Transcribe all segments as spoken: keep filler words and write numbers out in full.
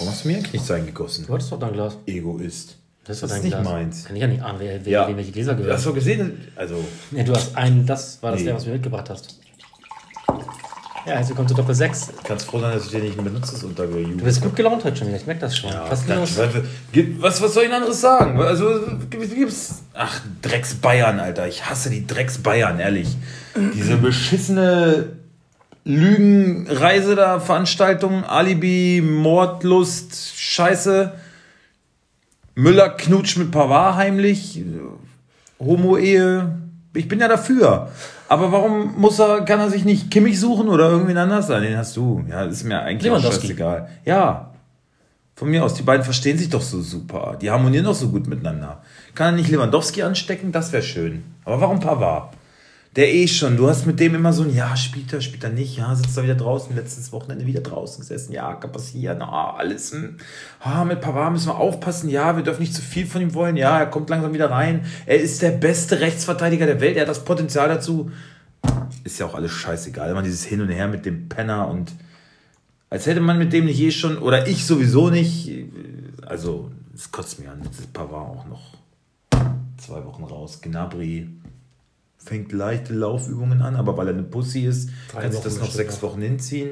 Warum hast du mir ein Knicht eingegossen? Du hattest doch dein Glas. Egoist. Das ist, das doch ist dein nicht Glas. meins. Kann ich ja nicht ahnen, wer, wer, Ja. wem welche Gläser gehören. Du hast doch gesehen, also... Ja, du hast einen, das war das Nee. der, was du mir mitgebracht hast. Ja, also kommt zu Doppel sechs. Kannst froh sein, dass ich den nicht benutze, das untergejubelt. Du bist gut gelaunt heute schon wieder, ich merke das schon. Ja, was, ist das, los? was, was soll ich denn anderes sagen? Also, gibt's. Ach, Drecks Bayern, Alter. Ich hasse die Drecks Bayern, ehrlich. Diese beschissene Lügenreise da, Veranstaltung, Alibi, Mordlust, Scheiße. Müller knutscht mit Pavard heimlich. Homo-Ehe. Ich bin ja dafür. Aber warum muss er, kann er sich nicht Kimmich suchen oder irgendwen anders sein? Den hast du. Ja, ist mir eigentlich auch scheißegal. Ja. Von mir aus, die beiden verstehen sich doch so super. Die harmonieren doch so gut miteinander. Kann er nicht Lewandowski anstecken? Das wäre schön. Aber warum Pavard? Der eh schon. Du hast mit dem immer so ein, ja, spielt er, spielt er nicht. Ja, sitzt er wieder draußen. Letztes Wochenende wieder draußen gesessen. Ja, kann passieren. Ah, alles. Hm. Ah, mit Pavard müssen wir aufpassen. Ja, wir dürfen nicht zu viel von ihm wollen. Ja, er kommt langsam wieder rein. Er ist der beste Rechtsverteidiger der Welt. Er hat das Potenzial dazu. Ist ja auch alles scheißegal. Immer dieses Hin und Her mit dem Penner und als hätte man mit dem nicht eh schon, oder ich sowieso nicht, also es kotzt mir an, jetzt ist Pavard auch noch zwei Wochen raus. Gnabry fängt leichte Laufübungen an, aber weil er eine Pussy ist, Drei kann sich Wochen das noch bestimmt sechs noch. Wochen hinziehen.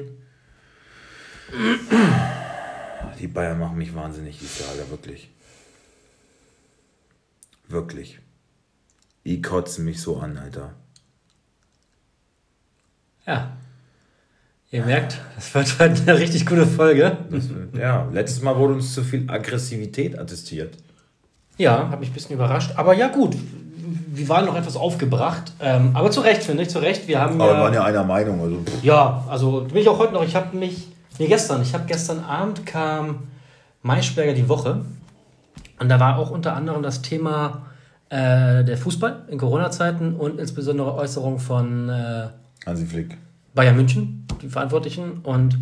Die Bayern machen mich wahnsinnig, ich sage wirklich. Wirklich. Die kotzen mich so an, Alter. Ja. Ihr merkt, das wird heute eine richtig gute Folge. Das, ja, letztes Mal wurde uns zu viel Aggressivität attestiert. Ja, hat mich ein bisschen überrascht. Aber ja, gut. Wir waren noch etwas aufgebracht. Ähm, aber zu Recht, finde ich, zu Recht. Wir haben Aber wir ja, waren ja einer Meinung. Also, pff. ja, also bin ich auch heute noch. Ich habe mich, nee, gestern, ich habe gestern Abend kam Maischberger die Woche. Und da war auch unter anderem das Thema äh, der Fußball in Corona-Zeiten und insbesondere Äußerungen von äh, Hansi Flick. Bayern München, die Verantwortlichen. Und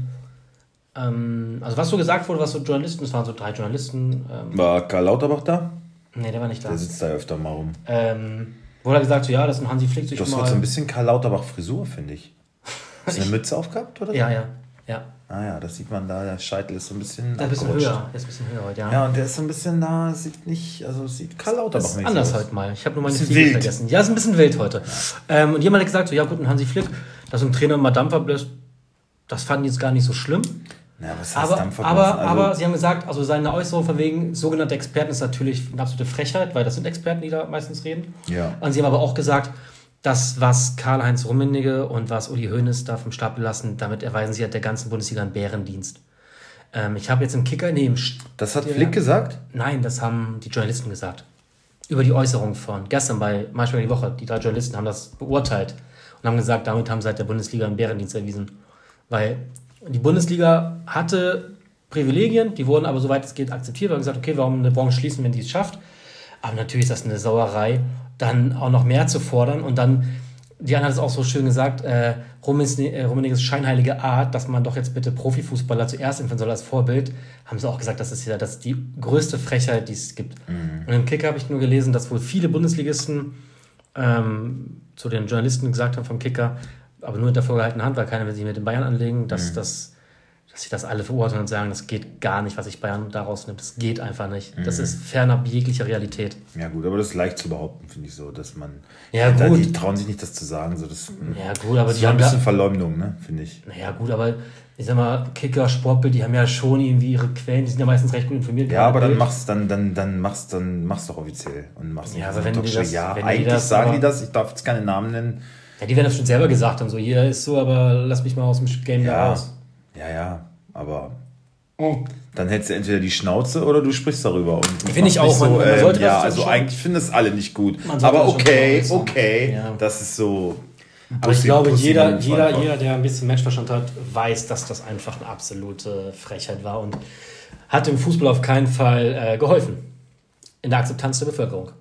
ähm, also was so gesagt wurde, was so Journalisten, es waren so drei Journalisten. Ähm, War Karl Lauterbach da? nee, der war nicht da. Der sitzt da öfter mal rum. Ähm, wurde gesagt, so, ja, das ist ein Hansi Flick sich Du hast mal... heute so ein bisschen Karl Lauterbach-Frisur, finde ich. Hast du eine Mütze aufgehabt, oder? Ja, ja, ja. Ah ja, das sieht man da, der Scheitel ist so ein bisschen Der ist ein bisschen abgerutscht. höher, der ist ein bisschen höher heute, ja. Ja, und der ist so ein bisschen da, sieht nicht, also sieht Karl Lauterbach Das ist nicht anders aus. heute mal. Ich habe nur meine Bisschen Fliege wild. vergessen. Ja, ist ein bisschen wild heute. Ähm, und jemand hat gesagt, so, ja gut, ein Hansi Flick, dass ein Trainer mal Dampfer bläst, das fanden die jetzt gar nicht so schlimm. Ja, was heißt Aber, Dampfer aber, blasen? Also, aber sie haben gesagt, also seine Äußerung von wegen sogenannte Experten ist natürlich eine absolute Frechheit, weil das sind Experten, die da meistens reden. Ja. Und sie haben aber auch gesagt, das, was Karl-Heinz Rummenigge und was Uli Hoeneß da vom Stapel lassen, damit erweisen sie halt der ganzen Bundesliga einen Bärendienst. Ähm, ich habe jetzt im Kicker, nee, im das hat Ja. Flick gesagt? Nein, das haben die Journalisten gesagt. Über die Äußerung von gestern bei Maischberger die Woche. Die drei Journalisten haben das beurteilt und haben gesagt, damit haben sie halt der Bundesliga einen Bärendienst erwiesen. Weil die Bundesliga hatte Privilegien, die wurden aber soweit es geht akzeptiert, weil gesagt, okay, warum eine Branche schließen, wenn die es schafft? Aber natürlich ist das eine Sauerei, dann auch noch mehr zu fordern und dann, Diana hat es auch so schön gesagt, äh, Rummeniges scheinheilige Art, dass man doch jetzt bitte Profifußballer zuerst impfen soll als Vorbild, haben sie auch gesagt, das ist ja das ist die größte Frechheit, die es gibt. Mhm. Und im Kicker habe ich nur gelesen, dass wohl viele Bundesligisten ähm, zu den Journalisten gesagt haben vom Kicker, aber nur in der vorgehaltenen Hand, weil keiner will sich mit den Bayern anlegen, dass, mhm. das, dass sie das alle verurteilen und sagen, das geht gar nicht, was sich Bayern daraus nimmt. Das geht einfach nicht. Mhm. Das ist fernab jeglicher Realität. Ja gut, aber das ist leicht zu behaupten, finde ich so, dass man... Ja, da, gut. Die trauen sich nicht, das zu sagen. So, das, ja gut, aber das die ist haben ein bisschen da, Verleumdung, ne, finde ich. Naja gut, aber ich sag mal, Kicker, Sportbild, die haben ja schon irgendwie ihre Quellen, die sind ja meistens recht gut informiert. Ja, aber dann machst dann dann dann machst dann machst doch offiziell und machst ja, aber wenn die das, ja, wenn eigentlich die das sagen aber, die das, ich darf jetzt keine Namen nennen. Ja, die werden das schon selber gesagt haben, so hier ist so, aber lass mich mal aus dem Game da Ja, raus. ja, ja, aber Oh. dann hältst du entweder die Schnauze oder du sprichst darüber. Und Finde ich auch, so, man- man ähm, sollte das ja, schon- also eigentlich finden das alle nicht gut. Man sollte Aber das schon okay, wissen. okay, Ja. das ist so. Aber ich Pussy- glaube, Pussy jeder, Move jeder, einfach. jeder, der ein bisschen Menschverstand hat, weiß, dass das einfach eine absolute Frechheit war und hat dem Fußball auf keinen Fall äh, geholfen. In der Akzeptanz der Bevölkerung.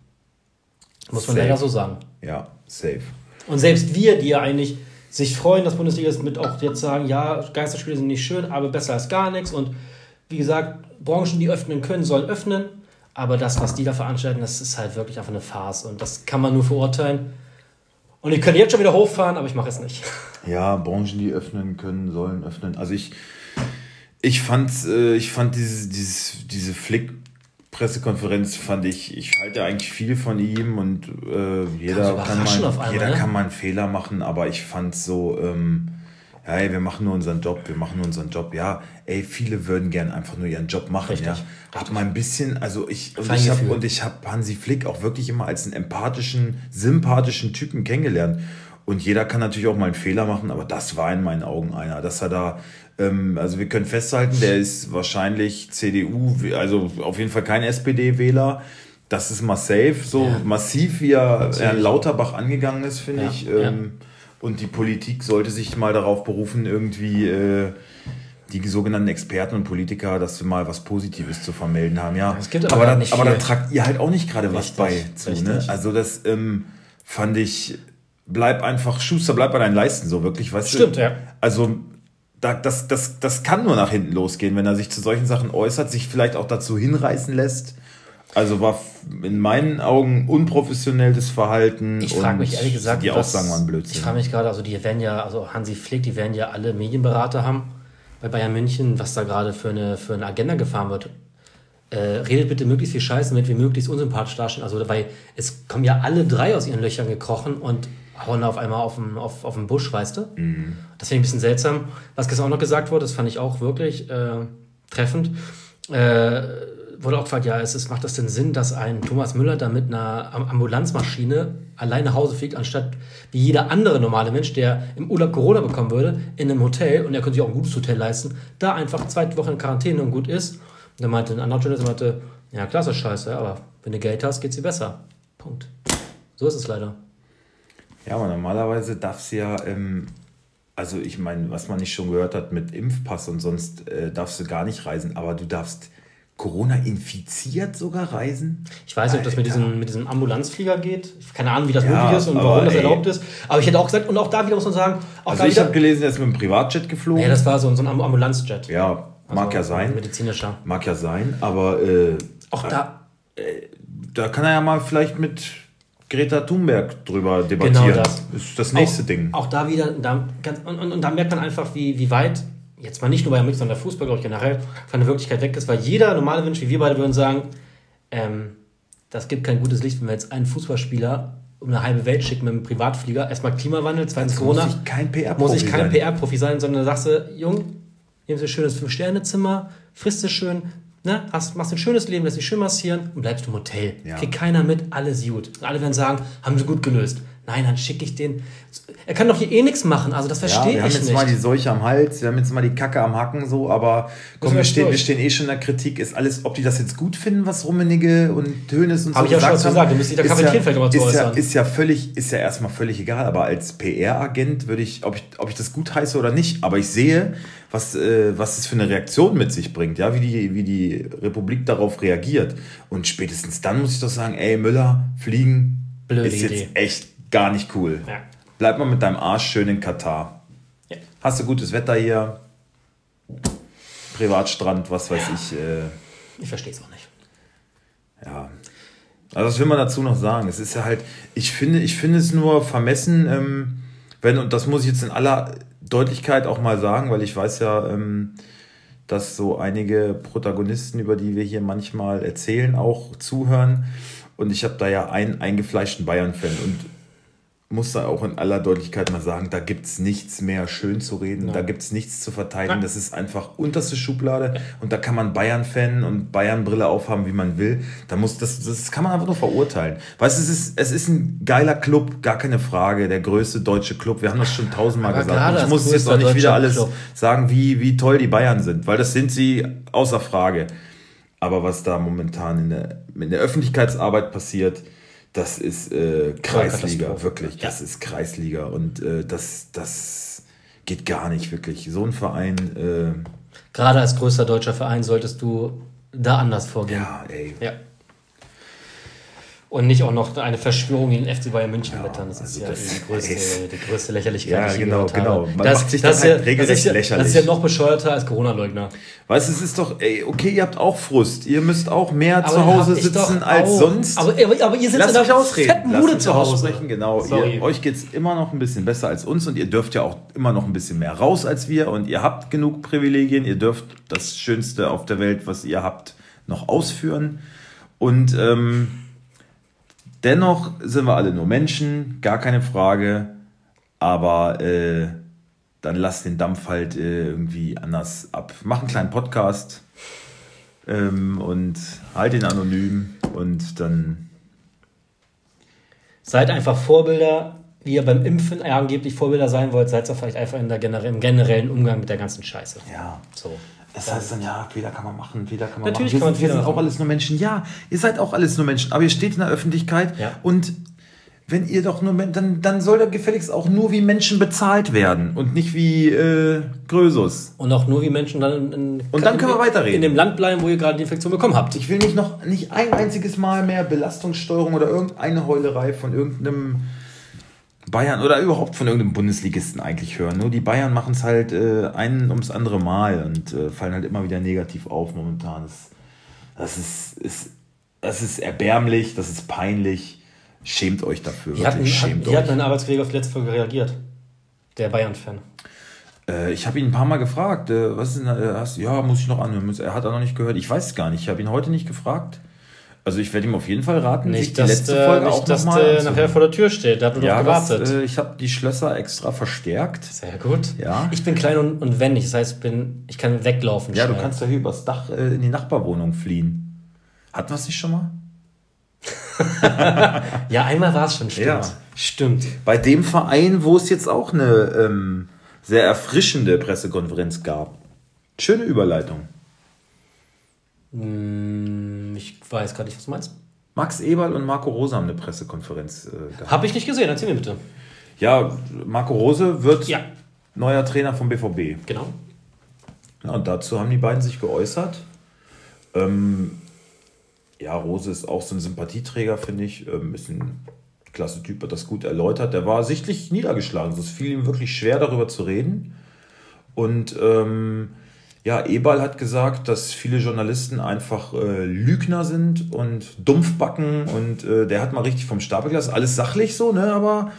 Muss man Safe. leider so sagen. Ja, safe. Und selbst wir, die ja eigentlich sich freuen, dass Bundesliga ist, mit auch jetzt sagen, ja, Geisterspiele sind nicht schön, aber besser als gar nichts. Und wie gesagt, Branchen, die öffnen können, sollen öffnen. Aber das, was die da veranstalten, das ist halt wirklich einfach eine Farce. Und das kann man nur verurteilen. Und ich könnte jetzt schon wieder hochfahren, aber ich mache es nicht. Ja, Branchen, die öffnen können, sollen öffnen. Also ich, Ich fand, äh, ich fand diese, dieses, diese Flick-Pressekonferenz, fand ich, ich halte eigentlich viel von ihm und äh, jeder, kann mal, einmal, jeder ne? kann mal einen Fehler machen, aber ich fand so, ähm, ja, ey, wir machen nur unseren Job, wir machen nur unseren Job. Ja, ey, viele würden gern einfach nur ihren Job machen. Richtig, ja. Hab mal ein bisschen, also ich, und ich, hab, und ich habe Hansi Flick auch wirklich immer als einen empathischen, sympathischen Typen kennengelernt. Und jeder kann natürlich auch mal einen Fehler machen, aber das war in meinen Augen einer, dass er da, ähm, also wir können festhalten, der ist wahrscheinlich C D U, also auf jeden Fall kein S P D-Wähler. Das ist mal safe, so ja. massiv, wie er Herrn Lauterbach angegangen ist, finde ja. ich. Ähm, ja. Und die Politik sollte sich mal darauf berufen, irgendwie äh, die sogenannten Experten und Politiker, dass wir mal was Positives zu vermelden haben. Ja, es gibt aber, aber, da, nicht aber da tragt ihr halt auch nicht gerade was bei zu. Ne? Also das ähm, fand ich, bleib einfach, Schuster, bleib bei deinen Leisten, so wirklich. Weißt Stimmt, du? ja. Also da, das, das, das kann nur nach hinten losgehen, wenn er sich zu solchen Sachen äußert, sich vielleicht auch dazu hinreißen lässt. Also war in meinen Augen unprofessionelles Verhalten. Ich frage mich ehrlich gesagt, die Aussagen waren Blödsinn. Ich frage mich gerade, also die werden ja, also Hansi Flick, die werden ja alle Medienberater haben bei Bayern München, was da gerade für eine, für eine Agenda gefahren wird. Äh, redet bitte möglichst viel Scheiße, damit wir möglichst unsympathisch dastehen. Also, weil es kommen ja alle drei aus ihren Löchern gekrochen und hauen auf einmal auf den, auf, auf den Busch, weißt du? Mhm. Das finde ich ein bisschen seltsam. Was gestern auch noch gesagt wurde, das fand ich auch wirklich äh, treffend. Äh, wurde auch gefragt, ja, es ist, macht das denn Sinn, dass ein Thomas Müller da mit einer Ambulanzmaschine allein nach Hause fliegt, anstatt wie jeder andere normale Mensch, der im Urlaub Corona bekommen würde, in einem Hotel, und er könnte sich auch ein gutes Hotel leisten, da einfach zwei Wochen in Quarantäne und gut ist. Und dann meinte ein anderer Journalist, meinte, ja klar, ist das scheiße, aber wenn du Geld hast, geht's dir besser. Punkt. So ist es leider. Ja, aber normalerweise darfst du ja, ähm, also ich meine, was man nicht schon gehört hat mit Impfpass und sonst äh, darfst du gar nicht reisen, aber du darfst Corona-infiziert sogar reisen? Ich weiß nicht, ob das mit diesem, mit diesem Ambulanzflieger geht. Keine Ahnung, wie das ja, möglich ist und warum das ey. erlaubt ist. Aber ich hätte auch gesagt, und auch da wieder muss man sagen... Auch also ich habe gelesen, er ist mit einem Privatjet geflogen. Ja, das war so, so ein Ambulanzjet. Ja, mag also, ja sein. Medizinischer. Mag ja sein, aber... Äh, auch da... Äh, da kann er ja mal vielleicht mit Greta Thunberg drüber debattieren. Genau das. Ist das nächste auch, Ding. Auch da wieder... Da, und, und, und da merkt man einfach, wie, wie weit... jetzt mal nicht nur bei Mix, sondern der Fußball, glaube ich, generell von der Wirklichkeit weg ist, weil jeder normale Mensch, wie wir beide, würden sagen, ähm, das gibt kein gutes Licht, wenn wir jetzt einen Fußballspieler um eine halbe Welt schicken mit einem Privatflieger. Erstmal Klimawandel, zweitens Corona. Muss ich kein P R-Profi Muss ich kein P R-Profi sein, sondern da sagst du, Jung, nimmst du ein schönes Fünf-Sterne-Zimmer, frisst es schön, ne, hast, machst ein schönes Leben, lässt dich schön massieren und bleibst im Hotel. Ja. Kriegt keiner mit, alles gut. Und alle werden sagen, haben sie gut gelöst. Nein, dann schicke ich den. Er kann doch hier eh nichts machen, also das verstehe ja, ich nicht. Wir haben jetzt nicht. mal die Seuche am Hals, wir haben jetzt mal die Kacke am Hacken, so, aber komm, wir stehen, wir stehen eh schon in der Kritik. Ist alles, ob die das jetzt gut finden, was Rummenigge und Hoeneß und so Hab so gesagt haben. Habe ich ja schon gesagt, du müsst dich der Kapitän vielleicht nochmal zu äußern. Ja, ist ja völlig, ist ja erstmal völlig egal, aber als P R-Agent würde ich, ob ich, ob ich das gut heiße oder nicht, aber ich sehe, was, äh, was es für eine Reaktion mit sich bringt, ja, wie die, wie die Republik darauf reagiert. Und spätestens dann muss ich doch sagen, ey, Müller, fliegen Blöde ist Idee. Jetzt echt gar nicht cool. Ja. Bleib mal mit deinem Arsch schön in Katar. Ja. Hast du gutes Wetter hier? Privatstrand, was weiß ja. ich. Äh, ich verstehe es auch nicht. Ja. Also was will man dazu noch sagen? Es ist ja halt, ich finde, ich finde es nur vermessen, ähm, wenn, und das muss ich jetzt in aller Deutlichkeit auch mal sagen, weil ich weiß ja, ähm, dass so einige Protagonisten, über die wir hier manchmal erzählen, auch zuhören. Und ich habe da ja einen eingefleischten Bayern-Fan und muss da auch in aller Deutlichkeit mal sagen, da gibt es nichts mehr schön zu reden, ja. da gibt es nichts zu verteidigen, ja. das ist einfach unterste Schublade ja. und da kann man Bayern-Fan und Bayern-Brille aufhaben, wie man will. Da muss das, das kann man einfach nur verurteilen. Weißt du, es ist, es ist ein geiler Club, gar keine Frage, der größte deutsche Club, wir haben das schon tausendmal Aber gesagt. Ich muss jetzt auch nicht wieder alles Club. sagen, wie, wie toll die Bayern sind, weil das sind sie außer Frage. Aber was da momentan in der, in der Öffentlichkeitsarbeit passiert, das ist äh, Kreisliga, wirklich. Das ja. ist Kreisliga und äh, das, das geht gar nicht, wirklich. So ein Verein... Äh, Gerade als größter deutscher Verein solltest du da anders vorgehen. Ja, ey. Ja. Und nicht auch noch eine Verschwörung gegen den F C Bayern München ja, wettern. Das also ist ja das die, größte, die größte Lächerlichkeit. Ja, die genau, genau. Man das, macht sich das, dann das halt regelrecht ja, lächerlich. Das ist ja noch bescheuerter als Corona-Leugner. Weißt du, es ist doch, ey, okay, ihr habt auch Frust. Ihr müsst auch mehr aber zu Hause sitzen als auch. sonst. Aber, aber, aber ihr sitzt Lasst in mich ausreden. fetten Bude zu Hause. Aussprechen. Genau. Ihr, euch geht es immer noch ein bisschen besser als uns und ihr dürft ja auch immer noch ein bisschen mehr raus als wir und ihr habt genug Privilegien. Ihr dürft das Schönste auf der Welt, was ihr habt, noch ausführen. Und ähm, dennoch sind wir alle nur Menschen, gar keine Frage. Aber äh, dann lasst den Dampf halt äh, irgendwie anders ab. Mach einen kleinen Podcast ähm, und halt ihn anonym und dann... Seid einfach Vorbilder, wie ihr beim Impfen angeblich Vorbilder sein wollt, seid ihr vielleicht einfach in der generell, im generellen Umgang mit der ganzen Scheiße. Ja. So. Es heißt dann, ja, Fehler kann man machen, Fehler kann man Natürlich machen. Wir, kann man sind, wir sind machen. auch alles nur Menschen. Ja, ihr seid auch alles nur Menschen, aber ihr steht in der Öffentlichkeit ja. und wenn ihr doch nur, dann, dann soll der gefälligst auch nur wie Menschen bezahlt werden und nicht wie äh, Grösus. Und auch nur wie Menschen dann in, und dann können wir weiterreden. In dem Land bleiben, wo ihr gerade die Infektion bekommen habt. Ich will nicht noch nicht ein einziges Mal mehr Belastungssteuerung oder irgendeine Heulerei von irgendeinem Bayern oder überhaupt von irgendeinem Bundesligisten eigentlich hören. Nur die Bayern machen es halt äh, ein ums andere Mal und äh, fallen halt immer wieder negativ auf momentan. Das, das, ist, ist, das ist erbärmlich, das ist peinlich. Schämt euch dafür. Wie hat, schämt hat, wie hat mein Arbeitskollege auf die letzte Folge reagiert? Der Bayern-Fan. Äh, ich habe ihn ein paar Mal gefragt. Äh, was ist denn, äh, hast, ja, muss ich noch anhören. Er hat auch noch nicht gehört. Ich weiß es gar nicht. Ich habe ihn heute nicht gefragt. Also ich werde ihm auf jeden Fall raten, nicht, sich die dass letzte der, Folge nicht, auch dass nochmal der nachher vor der Tür steht. Der hat nur ja, noch gewartet. Das, äh, ich habe die Schlösser extra verstärkt. Sehr gut. Ja. Ich bin klein und, und wendig. Das heißt, ich, bin, ich kann weglaufen. Ja, schnell. Du kannst ja hier übers Dach äh, in die Nachbarwohnung fliehen. Hatten wir es nicht schon mal? Ja, einmal war es schon, stimmt. Ja. Stimmt. Bei dem Verein, wo es jetzt auch eine ähm, sehr erfrischende Pressekonferenz gab. Schöne Überleitung. Ich weiß gar nicht, was du meinst. Max Eberl und Marco Rose haben eine Pressekonferenz äh, gehabt. Habe ich nicht gesehen, erzähl mir bitte. Ja, Marco Rose wird ja. neuer Trainer vom B V B. Genau. Ja, und dazu haben die beiden sich geäußert. Ähm, ja, Rose ist auch so ein Sympathieträger, finde ich. Ähm, ist ein klasse Typ, hat das gut erläutert. Der war sichtlich niedergeschlagen. Es fiel ihm wirklich schwer, darüber zu reden. Und ähm, ja, Eberl hat gesagt, dass viele Journalisten einfach äh, Lügner sind und Dumpfbacken. Und äh, der hat mal richtig vom Stapel gelassen. Alles sachlich so, ne, aber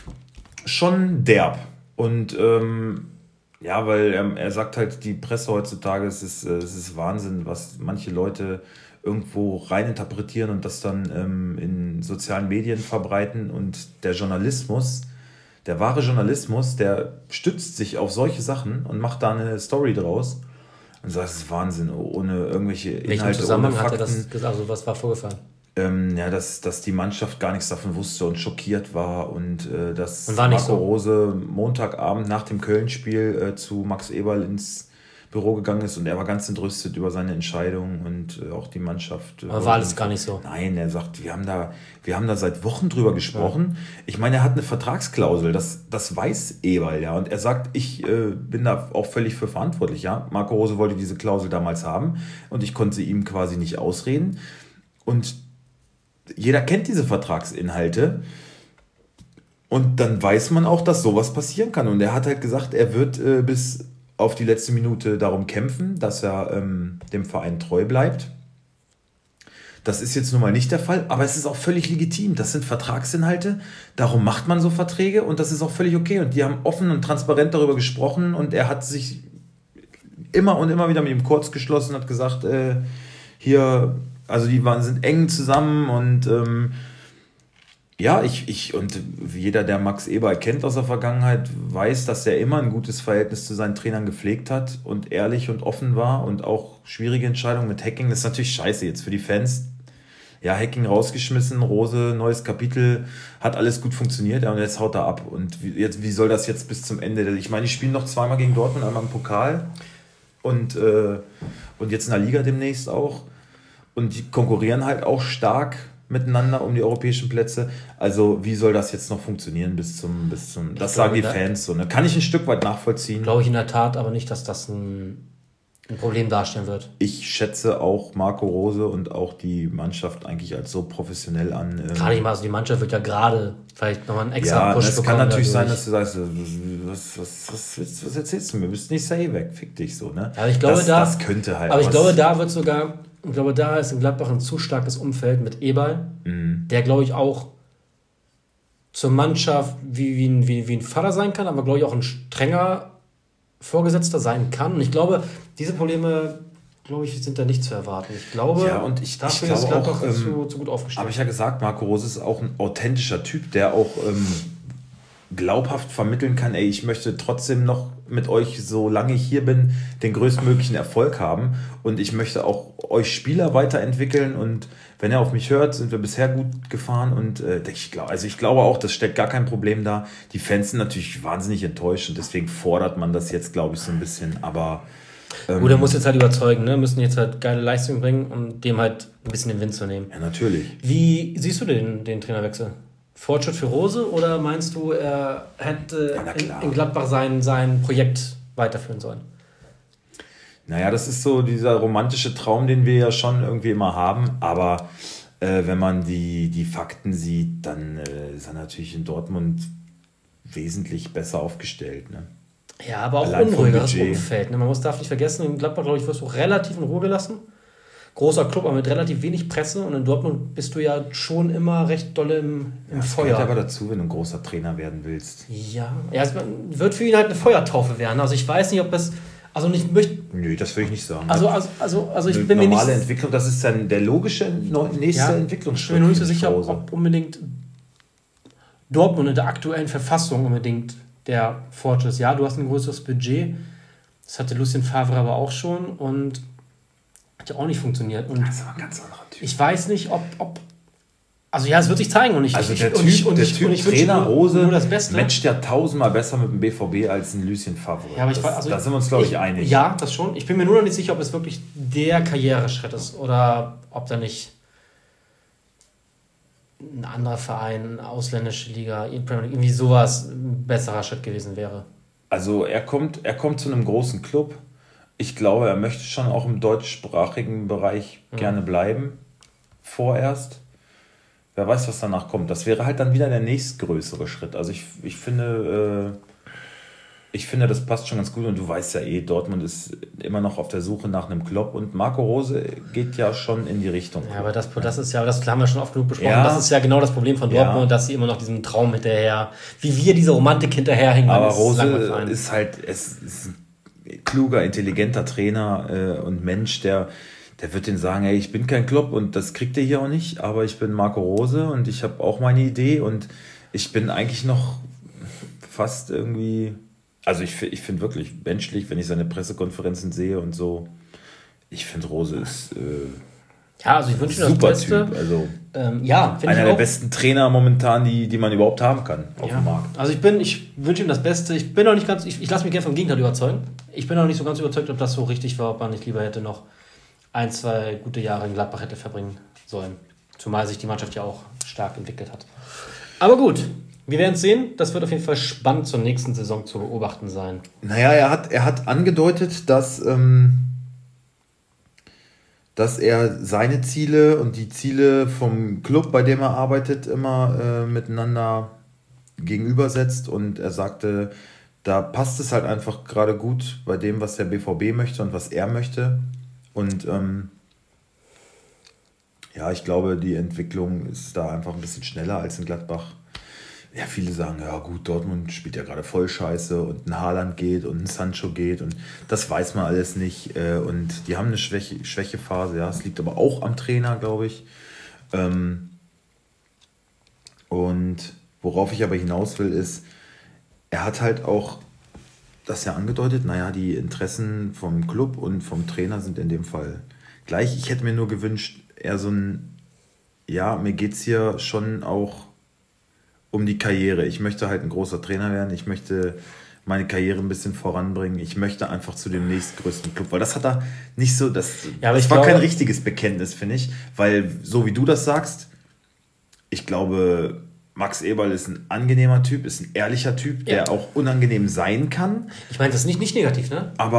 schon derb. Und ähm, ja, weil er, er sagt halt, die Presse heutzutage, es ist, es ist Wahnsinn, was manche Leute irgendwo reininterpretieren und das dann ähm, in sozialen Medien verbreiten. Und der Journalismus, der wahre Journalismus, der stützt sich auf solche Sachen und macht da eine Story draus. Und so, das ist Wahnsinn, ohne irgendwelche Inhalte. Welchen Zusammenhang ohne hat er das gesagt? Also was war vorgefallen? Ähm, ja, dass, dass die Mannschaft gar nichts davon wusste und schockiert war und äh, dass und war Marco so. Rose Montagabend nach dem Köln-Spiel äh, zu Max Eberl ins Büro gegangen ist und er war ganz entrüstet über seine Entscheidung und äh, auch die Mannschaft. Äh, Aber war alles gar nicht so? Nein, er sagt, wir haben da, wir haben da seit Wochen drüber gesprochen. Ja. Ich meine, er hat eine Vertragsklausel, das, das weiß Eberl, ja. Und er sagt, ich äh, bin da auch völlig für verantwortlich, ja. Marco Rose wollte diese Klausel damals haben und ich konnte sie ihm quasi nicht ausreden. Und jeder kennt diese Vertragsinhalte. Und dann weiß man auch, dass sowas passieren kann. Und er hat halt gesagt, er wird äh, bis auf die letzte Minute darum kämpfen, dass er ähm, dem Verein treu bleibt. Das ist jetzt nun mal nicht der Fall, aber es ist auch völlig legitim. Das sind Vertragsinhalte, darum macht man so Verträge und das ist auch völlig okay. Und die haben offen und transparent darüber gesprochen und er hat sich immer und immer wieder mit ihm kurz geschlossen, hat gesagt, äh, hier, also die waren, sind eng zusammen und ähm, ja, ich, ich und jeder, der Max Eberl kennt aus der Vergangenheit, weiß, dass er immer ein gutes Verhältnis zu seinen Trainern gepflegt hat und ehrlich und offen war und auch schwierige Entscheidungen mit Hacking. Das ist natürlich scheiße jetzt für die Fans. Ja, Hacking rausgeschmissen, Rose, neues Kapitel, hat alles gut funktioniert, ja, und jetzt haut er ab. Und wie, jetzt, wie soll das jetzt bis zum Ende? Ich meine, die spielen noch zweimal gegen Dortmund, einmal im Pokal und, äh, und jetzt in der Liga demnächst auch. Und die konkurrieren halt auch stark miteinander um die europäischen Plätze. Also wie soll das jetzt noch funktionieren bis zum... Bis zum das sagen die Fans so. Ne? Kann ich ein Stück weit nachvollziehen. Glaube ich in der Tat, aber nicht, dass das ein ein Problem darstellen wird. Ich schätze auch Marco Rose und auch die Mannschaft eigentlich als so professionell an. Ähm, Gerade nicht mal, also die Mannschaft wird ja gerade vielleicht nochmal einen extra ja, Push es bekommen. kann natürlich sein, dadurch. dass du sagst, was, was, was, was, was erzählst du mir? Du bist nicht safe weg, fick dich so, ne? Aber ich glaube, das, da, das könnte halt. aber ich was- glaube, da wird sogar, ich glaube, da ist in Gladbach ein zu starkes Umfeld mit Eberl, Mhm. der, glaube ich, auch zur Mannschaft wie, wie, ein, wie, wie ein Vater sein kann, aber, glaube ich, auch ein strenger Vorgesetzter sein kann. Und ich glaube, diese Probleme, glaube ich, sind da nicht zu erwarten. Ich glaube, Ja, und ich- ich dafür glaube ist Gladbach auch, ähm, zu, zu gut aufgestellt. Habe ich ja gesagt, Marco Rose ist auch ein authentischer Typ, der auch ähm, glaubhaft vermitteln kann, ey, ich möchte trotzdem noch mit euch, solange ich hier bin, den größtmöglichen Erfolg haben und ich möchte auch euch Spieler weiterentwickeln und wenn er auf mich hört, sind wir bisher gut gefahren und äh, ich glaube, also ich glaube auch, das stellt gar kein Problem dar. Die Fans sind natürlich wahnsinnig enttäuscht und deswegen fordert man das jetzt, glaube ich, so ein bisschen, aber Gut, er muss jetzt halt überzeugen, ne? Müssen jetzt halt geile Leistungen bringen, um dem halt ein bisschen den Wind zu nehmen. ja, natürlich. Wie siehst du den, den Trainerwechsel? Fortschritt für Rose oder meinst du, er hätte Ja, na in, klar. in Gladbach sein, sein Projekt weiterführen sollen? Naja, das ist so dieser romantische Traum, den wir ja schon irgendwie immer haben. Aber äh, wenn man die, die Fakten sieht, dann äh, ist er natürlich in Dortmund wesentlich besser aufgestellt. Ne? Ja, aber auch Allein vom unruhigeres Budget. Umfeld. Ne? Man muss darf nicht vergessen, in Gladbach, glaube ich, wirst du relativ in Ruhe gelassen. Großer Club, aber mit relativ wenig Presse. Und in Dortmund bist du ja schon immer recht doll im, im Das Feuer. gehört aber dazu, wenn du ein großer Trainer werden willst. Ja, ja, es wird für ihn halt eine Feuertaufe werden. Also ich weiß nicht, ob es, also nicht möchte, Nö, das will ich nicht sagen. also also also, also ich Eine bin mir nicht, normale Entwicklung, das ist dann der logische neu- nächste ja, ich Entwicklungsschritt. bin mir noch nicht so für die sicher, ob, Rose. ob unbedingt Dortmund in der aktuellen Verfassung unbedingt der Fortschritt ist. Ja, du hast ein größeres Budget. Das hatte Lucien Favre aber auch schon und hat ja auch nicht funktioniert. Und Das ist aber ein ganz anderer Typ. ich weiß nicht, ob, ob also ja, es wird sich zeigen und ich Also ich, der und Typ, ich, und der ich, typ und ich wünsche Trainer nur, Rose nur das Beste. matcht ja tausendmal besser mit dem B V B als ein Lucien Favre. Ja, aber ich das, weiß, also da sind wir uns, glaube ich, einig. Ja, das schon. Ich bin mir nur noch nicht sicher, ob es wirklich der Karriereschritt ist oder ob da nicht ein anderer Verein, eine ausländische Liga, Premier League, irgendwie sowas ein besserer Schritt gewesen wäre. Also er kommt, er kommt zu einem großen Club. Ich glaube, er möchte schon auch im deutschsprachigen Bereich Mhm. gerne bleiben. Vorerst. Wer weiß, was danach kommt. Das wäre halt dann wieder der nächstgrößere Schritt. Also ich, ich finde, äh, ich finde, das passt schon ganz gut. Und du weißt ja eh, Dortmund ist immer noch auf der Suche nach einem Klopp. Und Marco Rose geht ja schon in die Richtung. Ja, aber das, das ist ja, das haben wir schon oft genug besprochen, Ja. das ist ja genau das Problem von Dortmund, Ja. dass sie immer noch diesem Traum hinterher, wie wir diese Romantik hinterherhängen. Aber das Rose Langweilverein. ist halt es ist ein kluger, intelligenter Trainer äh, und Mensch, der, der wird den sagen, ey, ich bin kein Klopp und das kriegt ihr hier auch nicht, aber ich bin Marco Rose und ich habe auch meine Idee und ich bin eigentlich noch fast irgendwie, also ich, ich finde wirklich menschlich, wenn ich seine Pressekonferenzen sehe und so, ich finde Rose ist äh, Ja, also ich wünsche ihm das super Beste. Typ, also Ähm, ja, finde ich einer der auch. besten Trainer momentan, die, die man überhaupt haben kann auf Ja. dem Markt. Also ich bin, ich wünsche ihm das Beste. Ich bin noch nicht ganz, ich, ich lasse mich gerne vom Gegenteil überzeugen. Ich bin noch nicht so ganz überzeugt, ob das so richtig war, ob man nicht lieber hätte noch ein, zwei gute Jahre in Gladbach hätte verbringen sollen. Zumal sich die Mannschaft ja auch stark entwickelt hat. Aber gut, wir werden es sehen. Das wird auf jeden Fall spannend zur nächsten Saison zu beobachten sein. Naja, er hat, er hat angedeutet, dass, ähm, dass er seine Ziele und die Ziele vom Club, bei dem er arbeitet, immer äh, miteinander gegenübersetzt. Und er sagte, da passt es halt einfach gerade gut bei dem, was der B V B möchte und was er möchte. Und ähm, ja, ich glaube, die Entwicklung ist da einfach ein bisschen schneller als in Gladbach. Ja, viele sagen, ja gut, Dortmund spielt ja gerade voll scheiße und ein Haaland geht und ein Sancho geht und das weiß man alles nicht. äh, Und die haben eine Schwäche, Schwächephase, ja. Es liegt aber auch am Trainer, glaube ich. Ähm, Und worauf ich aber hinaus will, ist, er hat halt auch das ja angedeutet, naja, die Interessen vom Club und vom Trainer sind in dem Fall gleich. Ich hätte mir nur gewünscht, eher so ein, ja, mir geht es hier schon auch um die Karriere. Ich möchte halt ein großer Trainer werden. Ich möchte meine Karriere ein bisschen voranbringen. Ich möchte einfach zu dem nächstgrößten Club, weil das hat er nicht so, das, Ja, aber das ich war glaube- kein richtiges Bekenntnis, finde ich, weil so wie du das sagst, ich glaube, Max Eberl ist ein angenehmer Typ, ist ein ehrlicher Typ, der Ja. auch unangenehm sein kann, Ich meine, das ist nicht, nicht negativ, ne? aber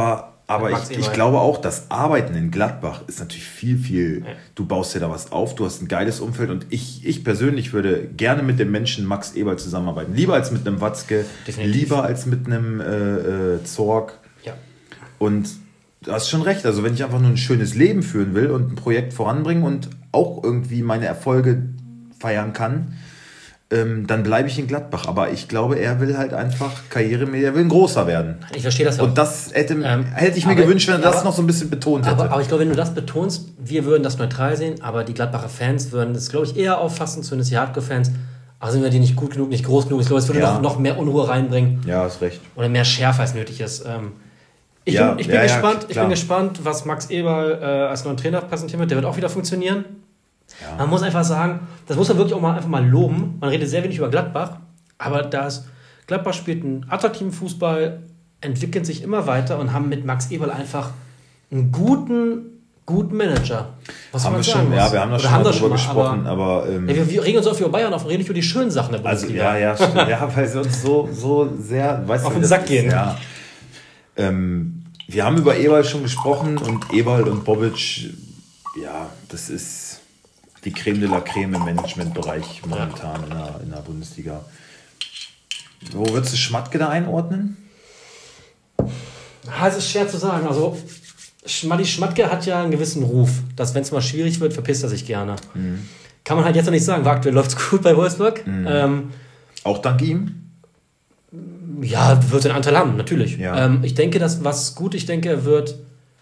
Aber ich, ich glaube auch, das Arbeiten in Gladbach ist natürlich viel, viel, ja. Du baust dir da was auf, du hast ein geiles Umfeld und ich, ich persönlich würde gerne mit dem Menschen Max Eberl zusammenarbeiten. Lieber als mit einem Watzke, definitiv. Lieber als mit einem äh, äh, Zorg. Ja. Und du hast schon recht, also wenn ich einfach nur ein schönes Leben führen will und ein Projekt voranbringen und auch irgendwie meine Erfolge feiern kann, ähm, dann bleibe ich in Gladbach. Aber ich glaube, er will halt einfach Karriere, er will ein großer werden. Ich verstehe das ja auch. Und das hätte, ähm, hätte ich mir aber, gewünscht, wenn er das aber, noch so ein bisschen betont hätte. Aber, aber ich glaube, wenn du das betonst, wir würden das neutral sehen, aber die Gladbacher Fans würden das, glaube ich, eher auffassen, zumindest die Hardcore-Fans, ach, sind wir die nicht gut genug, nicht groß genug. Ich glaube, es würde ja. noch, noch mehr Unruhe reinbringen. Ja, hast recht. Oder mehr Schärfe, als nötig ist. Ähm, ich, ja, bin, ich, bin ja, gespannt, ja, ich bin gespannt, was Max Eberl äh, als neuen Trainer präsentieren wird. Der wird auch wieder funktionieren. Ja. Man muss einfach sagen, das muss man wirklich auch mal einfach mal loben. Man redet sehr wenig über Gladbach, aber das Gladbach spielt einen attraktiven Fußball, entwickeln sich immer weiter und haben mit Max Eberl einfach einen guten, guten Manager. Was haben man wir sagen schon, muss. Ja, wir haben da schon haben mal drüber gesprochen, aber, aber ähm, ja, wir, wir regen uns auf über Bayern auf und reden nicht über die schönen Sachen der Bundesliga. Also, ja, ja, stimmt. Ja, weil sie uns so, so sehr, weißt auf du, den Sack gehen. Ja. Ähm, wir haben über Eberl schon gesprochen und Eberl und Bobic, ja, das ist die Creme de la Creme im Managementbereich momentan in der, in der Bundesliga. Wo würdest du Schmatke da einordnen? Ja, es ist schwer zu sagen. Also, Schmaddi Schmatke hat ja einen gewissen Ruf, dass wenn es mal schwierig wird, verpisst er sich gerne. Mhm. Kann man halt jetzt noch nicht sagen, weil aktuell läuft es gut bei Wolfsburg. Mhm. Ähm, Auch dank ihm? Ja, wird den Anteil haben, natürlich. Ja. Ähm, ich denke, dass was gut, ich denke, er wird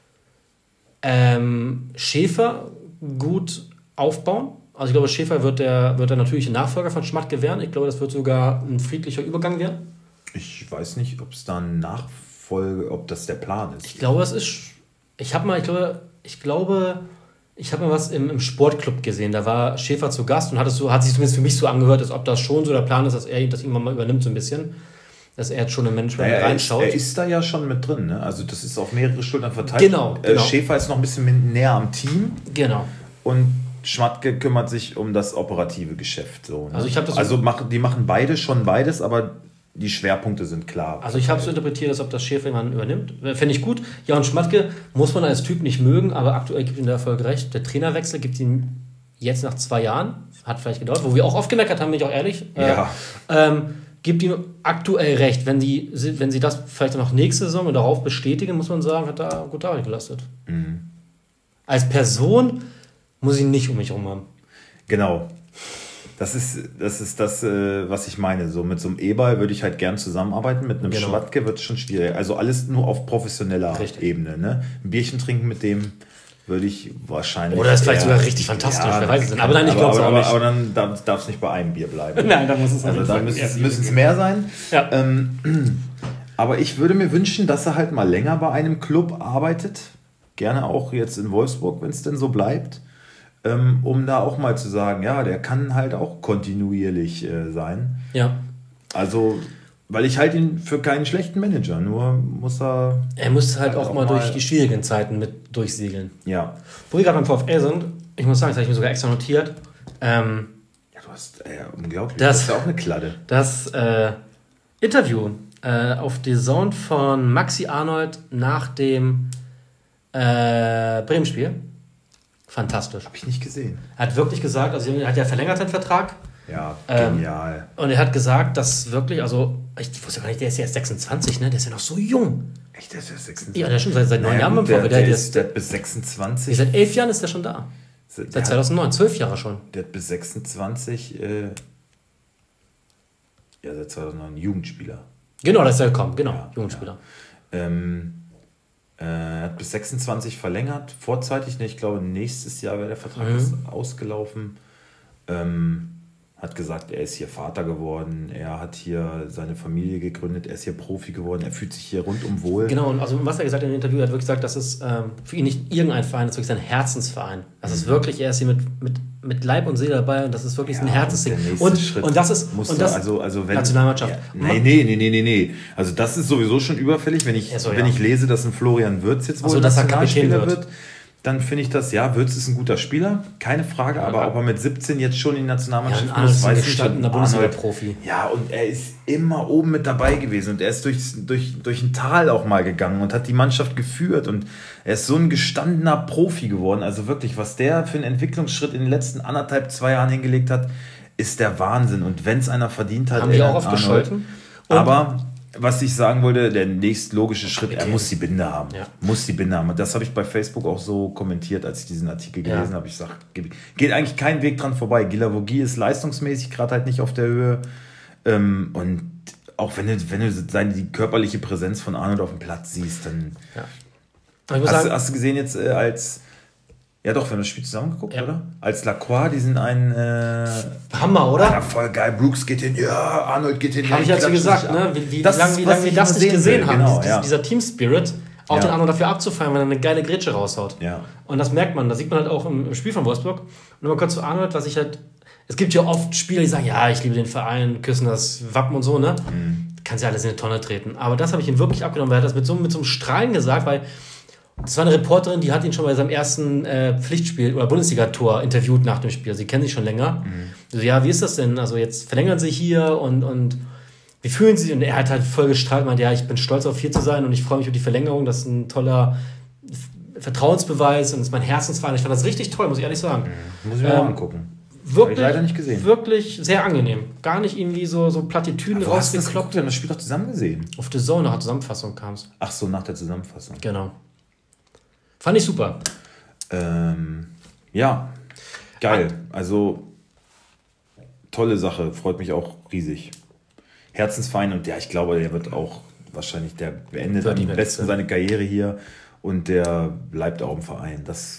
ähm, Schäfer gut aufbauen. Also ich glaube, Schäfer wird der, wird der natürliche Nachfolger von Schmatke werden. Ich glaube, das wird sogar ein friedlicher Übergang werden. Ich weiß nicht, ob es da eine Nachfolge, ob das der Plan ist. Ich glaube, das ist. Ich habe mal, ich glaube, ich glaube, ich habe mal was im, im Sportclub gesehen. Da war Schäfer zu Gast und hat es so, hat sich zumindest für mich so angehört, als ob das schon so der Plan ist, dass er das irgendwann mal übernimmt, so ein bisschen. Dass er jetzt schon im Management ja, er reinschaut. Ist, er ist da ja schon mit drin, ne? Also das ist auf mehrere Schultern verteilt. Genau, genau. Äh, Schäfer ist noch ein bisschen näher am Team. Genau. Und Schmatke kümmert sich um das operative Geschäft. So, ne? Also, ich das also machen, die machen beide schon beides, aber die Schwerpunkte sind klar. Also ich habe es so interpretiert, als ob das Schäfer jemanden übernimmt. Fände ich gut. Ja, und Schmatke muss man als Typ nicht mögen, aber aktuell gibt ihm der Erfolg recht. Der Trainerwechsel gibt ihm jetzt nach zwei Jahren, hat vielleicht gedauert, wo wir auch oft gemeckert haben, bin ich auch ehrlich, ja. äh, ähm, gibt ihm aktuell recht. Wenn, die, wenn sie das vielleicht noch nächste Saison und darauf bestätigen, muss man sagen, hat er gute Arbeit geleistet. Mhm. Als Person muss ich ihn nicht um mich herum haben. Genau. Das ist das, ist das äh, was ich meine. So mit so einem Eberl würde ich halt gern zusammenarbeiten. Mit einem genau. Schmatke wird es schon schwierig. Also alles nur auf professioneller Richtig. Ebene. Ne? Ein Bierchen trinken mit dem würde ich wahrscheinlich... Oder ist vielleicht sogar richtig fantastisch. Ja, wer weiß es denn. Aber nein, ich glaube es auch aber, nicht. Aber dann darf es nicht bei einem Bier bleiben. Nein, dann muss es also dann müssen es mehr sein. Ja. Ähm, aber ich würde mir wünschen, dass er halt mal länger bei einem Club arbeitet. Gerne auch jetzt in Wolfsburg, wenn es denn so bleibt. Ähm, um da auch mal zu sagen, ja, der kann halt auch kontinuierlich äh, sein. Ja. Also, weil ich halte ihn für keinen schlechten Manager, nur muss er... Er muss halt, halt auch, auch mal durch die schwierigen Zeiten mit durchsegeln. Ja. Wo wir gerade beim VfL sind, ich muss sagen, das habe ich mir sogar extra notiert. Ähm, ja, du hast, äh, unglaublich, das, das ist ja auch eine Kladde. Das äh, Interview äh, auf D A Z N von Maxi Arnold nach dem äh, Bremen-Spiel. Fantastisch. Habe ich nicht gesehen. Er hat wirklich gesagt, also er hat ja verlängert seinen Vertrag. Ja, genial. Ähm, und er hat gesagt, dass wirklich, also, ich wusste gar nicht, der ist ja erst sechsundzwanzig, ne? Der ist ja noch so jung. Echt, der ist ja sechsundzwanzig? Ja, der ist schon seit, seit neun naja, Jahren beim der, VfL. Der, der, der, ist, der hat bis sechsundzwanzig. Seit elf Jahren ist der schon da. Der seit zweitausendneun, zwölf Jahre schon. Der hat bis sechsundzwanzig, äh, ja, seit zweitausendneun Jugendspieler. Genau, das ist ja gekommen, genau, ja, Jugendspieler. Ja. Ähm, Er hat bis sechsundzwanzig verlängert, vorzeitig. Ich glaube, nächstes Jahr wäre der Vertrag mhm. ausgelaufen. Ähm, hat gesagt, er ist hier Vater geworden, er hat hier seine Familie gegründet, er ist hier Profi geworden, er fühlt sich hier rundum wohl. Genau, und also was er gesagt hat in dem Interview, er hat wirklich gesagt, das ist ähm, für ihn nicht irgendein Verein, das ist wirklich sein Herzensverein. Das mhm. ist wirklich, er ist hier mit, mit, mit Leib und Seele dabei und das ist wirklich ja, ein Herzensding. Und, und, und das ist und das also, also wenn, Nationalmannschaft. Ja, nee, nee, nee, nee, nee, nee. Also das ist sowieso schon überfällig, wenn ich, ja, so, wenn ja. ich lese, dass ein Florian Wirtz jetzt wohl also, Nationalspieler wird. dann finde ich das, ja, Würz ist ein guter Spieler, keine Frage, ja, aber ob er mit siebzehn jetzt schon in die Nationalmannschaft ja, muss, weiß ich nicht. Bundesliga-Profi. Ja, und er ist immer oben mit dabei gewesen und er ist durch, durch, durch ein Tal auch mal gegangen und hat die Mannschaft geführt und er ist so ein gestandener Profi geworden. Also wirklich, was der für einen Entwicklungsschritt in den letzten anderthalb, zwei Jahren hingelegt hat, ist der Wahnsinn. Und wenn es einer verdient hat, haben die auch oft gescholten. Aber was ich sagen wollte, der nächstlogische Schritt, okay. er muss die Binde haben. Ja. Muss die Binde haben. Das habe ich bei Facebook auch so kommentiert, als ich diesen Artikel gelesen ja. habe. Ich sage, geht eigentlich kein Weg dran vorbei. Guilavogui ist leistungsmäßig gerade halt nicht auf der Höhe. Ähm, und auch wenn du, wenn du seine, die körperliche Präsenz von Arnold auf dem Platz siehst, dann ja. hast, sagen, hast du gesehen jetzt äh, als ja doch, wir haben das Spiel zusammen geguckt, ja. oder? Als Lacroix, die sind ein äh, Hammer, oder? Ja, voll geil. Brooks geht hin, ja, Arnold geht hin. Habe ich ja so gesagt, ne? Wie, wie lange wie lang wir das nicht gesehen will. haben. Genau, Dies, ja. Dieser Team-Spirit, auch ja. den Arnold dafür abzufeiern, wenn er eine geile Grätsche raushaut. Ja. Und das merkt man, das sieht man halt auch im, im Spiel von Wolfsburg. Und nochmal kurz zu Arnold, was ich halt, es gibt ja oft Spieler, die sagen, ja, ich liebe den Verein, küssen das Wappen und so, ne? Mhm. Kannst ja alles in eine Tonne treten. Aber das habe ich ihm wirklich abgenommen, weil er hat das mit so, mit so einem Strahlen gesagt, weil das war eine Reporterin, die hat ihn schon bei seinem ersten äh, Pflichtspiel oder Bundesliga-Tor interviewt nach dem Spiel. Sie kennen sich schon länger. Mhm. Also, ja, wie ist das denn? Also jetzt verlängern sie hier und, und wie fühlen sie sich? Und er hat halt voll gestrahlt, meint, ja, ich bin stolz auf hier zu sein und ich freue mich über die Verlängerung. Das ist ein toller Vertrauensbeweis und das ist mein Herzensverein. Ich fand das richtig toll, muss ich ehrlich sagen. Mhm. Muss ich mir ähm, mal angucken. Wirklich, leider nicht gesehen. Wirklich sehr angenehm. Gar nicht irgendwie so, so Plattitüden rausgekloppt. Wir haben das Spiel doch zusammen gesehen. Auf The Zone, nach der Zusammenfassung kam es. Ach so, nach der Zusammenfassung. Genau. Fand ich super. Ähm, ja, geil. Also, tolle Sache. Freut mich auch riesig. Herzensverein und ja, ich glaube, der wird auch wahrscheinlich, der beendet am besten seine Karriere hier und der bleibt auch im Verein. Das,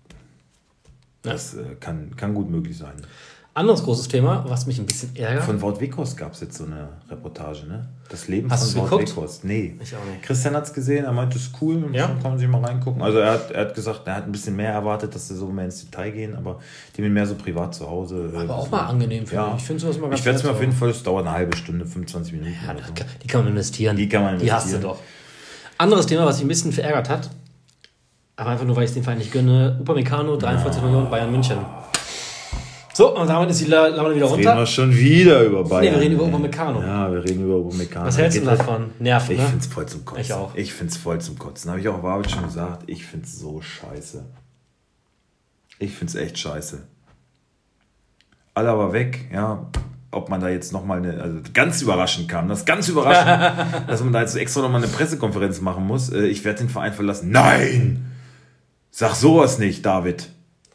das ja. äh, kann, kann gut möglich sein. Anderes großes Thema, was mich ein bisschen ärgert. Von Wout Weghorst gab es jetzt so eine Reportage, ne? Das Leben Hast von Wout Weghorst. Nee. Ich auch nicht. Christian hat es gesehen, er meinte, es ist cool, ja? Kann man sich mal reingucken. Also er hat, er hat gesagt, er hat ein bisschen mehr erwartet, dass sie so mehr ins Detail gehen, aber die sind mehr so privat zu Hause. Aber äh, auch so. mal angenehm für ja. mich. Ich finde sowas mal ganz Ich werde es mir auf jeden Fall, es dauert eine halbe Stunde, fünfundzwanzig Minuten. Ja, oder so. Die kann man investieren. Die kann man investieren. Die hast du doch. Anderes Thema, was mich ein bisschen verärgert hat, aber einfach nur, weil ich es den Verein nicht gönne, Upamecano, dreiundvierzig ja. Millionen, Bayern München. So, und damit ist die Laune wieder runter. Jetzt reden wir schon wieder über Bayern. Nee, wir reden über Upamecano. Ja, wir reden über Upamecano. Was hältst du davon? Nervt, Ich ne? find's voll zum Kotzen. Ich auch. Ich find's voll zum Kotzen. Habe ich auch auf Arbeit schon gesagt. Ich find's so scheiße. Ich find's echt scheiße. Alle aber weg, ja. Ob man da jetzt nochmal eine, also ganz überraschend kam, das ist ganz überraschend, dass man da jetzt extra nochmal eine Pressekonferenz machen muss. Ich werde den Verein verlassen. Nein! Sag sowas nicht, David.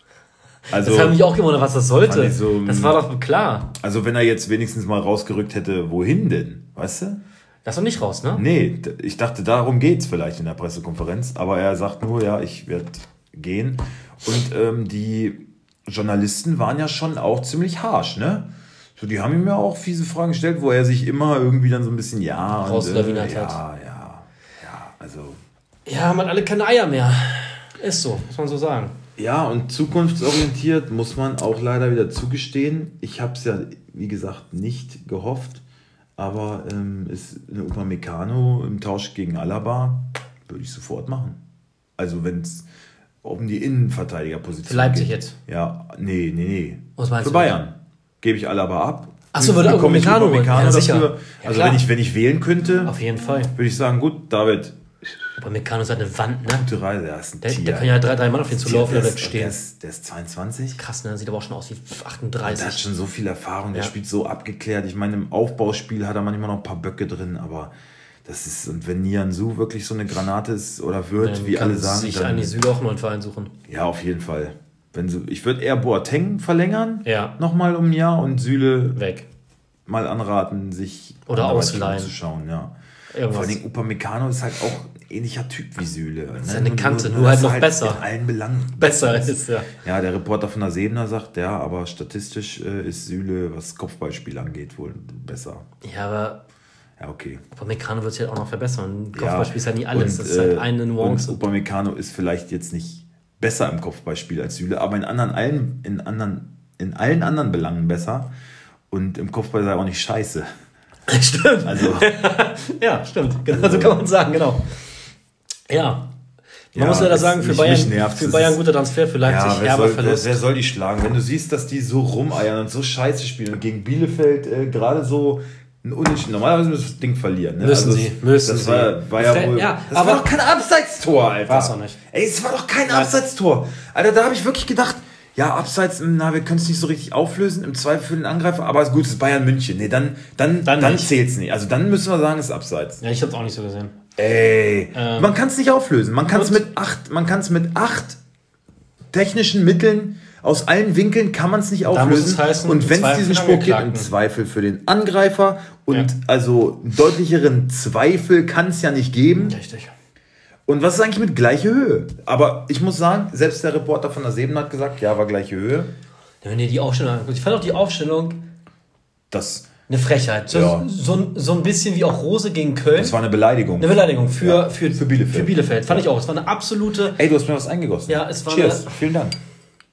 Also, das hat mich auch gewundert, was das sollte. So, das war doch klar. Also wenn er jetzt wenigstens mal rausgerückt hätte, wohin denn? Weißt du? Das ist doch nicht raus, ne? Nee, ich dachte, darum geht's vielleicht in der Pressekonferenz. Aber er sagt nur, ja, ich werde gehen. Und ähm, die Journalisten waren ja schon auch ziemlich harsch, ne? So, die haben ihm ja auch fiese Fragen gestellt, wo er sich immer irgendwie dann so ein bisschen, ja, rauslawinert äh, ja, hat. ja, ja, also. Ja, man hat alle keine Eier mehr. Ist so, muss man so sagen. Ja, und zukunftsorientiert muss man auch leider wieder zugestehen. Ich habe es ja, wie gesagt, nicht gehofft, aber ähm, ist eine Upamecano im Tausch gegen Alaba, würde ich sofort machen. Also wenn es um die Innenverteidigerposition geht. Für Leipzig geht. jetzt? Ja, nee, nee, nee. Was meinst Für du? Bayern. Gebe ich Alaba ab. Achso, würde Upamecano holen. Ja, sicher. Dafür. Ja, also wenn ich, wenn ich wählen könnte, auf jeden Fall, würde ich sagen, gut, David. Upamecano ist halt eine Wand, ne? Gute Reise, der ist ein der, Tier. Der kann ja drei, drei Mann auf den zulaufen oder wegstehen. Der ist, der ist zweiundzwanzig. Krass, ne? Sieht aber auch schon aus wie achtunddreißig. Der hat schon so viel Erfahrung, der ja. spielt so abgeklärt. Ich meine, im Aufbauspiel hat er manchmal noch ein paar Böcke drin, aber das ist, und wenn Nianzou wirklich so eine Granate ist oder wird, dann wie alle sagen, dann... sich eigentlich Süle auch einen neuen Verein suchen. Ja, auf jeden Fall. Wenn so, ich würde eher Boateng verlängern, ja. nochmal um ein Jahr und Süle weg. Mal anraten, sich oder ausleihen zu schauen, ja. Irgendwas. Vor allem Upamecano ist halt auch ein ähnlicher Typ wie Süle. Das ist ne? eine Kante, nur, nur halt noch halt besser. In allen Belangen besser ist, ja. Ja, der Reporter von der Sebener sagt, ja, aber statistisch äh, ist Süle, was Kopfballspiel angeht, wohl besser. Ja, aber ja, okay. Upamecano wird sich halt auch noch verbessern. Kopfballspiel ja, ist halt nie alles, und, das ist halt äh, eine Nuance. Und Upamecano ist vielleicht jetzt nicht besser im Kopfballspiel als Süle, aber in anderen allen, in anderen, in allen anderen Belangen besser. Und im Kopfball ist er auch nicht scheiße. Stimmt. Also, ja, stimmt. Genau, also, so kann man sagen, genau. Ja. Man ja, muss leider sagen, für Bayern, für Bayern guter Transfer, für Leipzig ja, herber Verlust. Wer, wer soll die schlagen? Wenn du siehst, dass die so rumeiern und so scheiße spielen und gegen Bielefeld äh, gerade so ein Unentschieden. Normalerweise müssen das Ding verlieren. Ne? Müssen also, sie, müssen das sie. War, war ja wohl, ja, das aber war doch kein Abseitstor, Alter. War es auch nicht. Ey, es war doch kein Nein. Abseitstor. Alter, da habe ich wirklich gedacht, ja, Abseits, na, wir können es nicht so richtig auflösen, im Zweifel für den Angreifer, aber ist gut, es ist Bayern München. Nee, dann, dann, dann, dann zählt es nicht. Also dann müssen wir sagen, es ist Abseits. Ja, ich habe es auch nicht so gesehen. Ey, ähm, man kann es nicht auflösen. Man kann es mit acht, man kann es mit acht technischen Mitteln aus allen Winkeln kann man es nicht auflösen. Heißen, und wenn es diesen Spruch gibt, im Zweifel für den Angreifer und ja. also einen deutlicheren Zweifel kann es ja nicht geben. Richtig. Und was ist eigentlich mit gleicher Höhe? Aber ich muss sagen, selbst der Reporter von der Seben hat gesagt, ja, war gleiche Höhe. Ja, wenn ihr die Aufstellung anguckt, ich fand auch die Aufstellung das eine Frechheit. So, ja. so, so ein bisschen wie auch Rose gegen Köln. Das war eine Beleidigung. Eine Beleidigung für, ja. für, für Bielefeld. Für Bielefeld, fand ja. ich auch. Es war eine absolute... Ey, du hast mir was eingegossen. Ja, es war Cheers, eine... vielen Dank.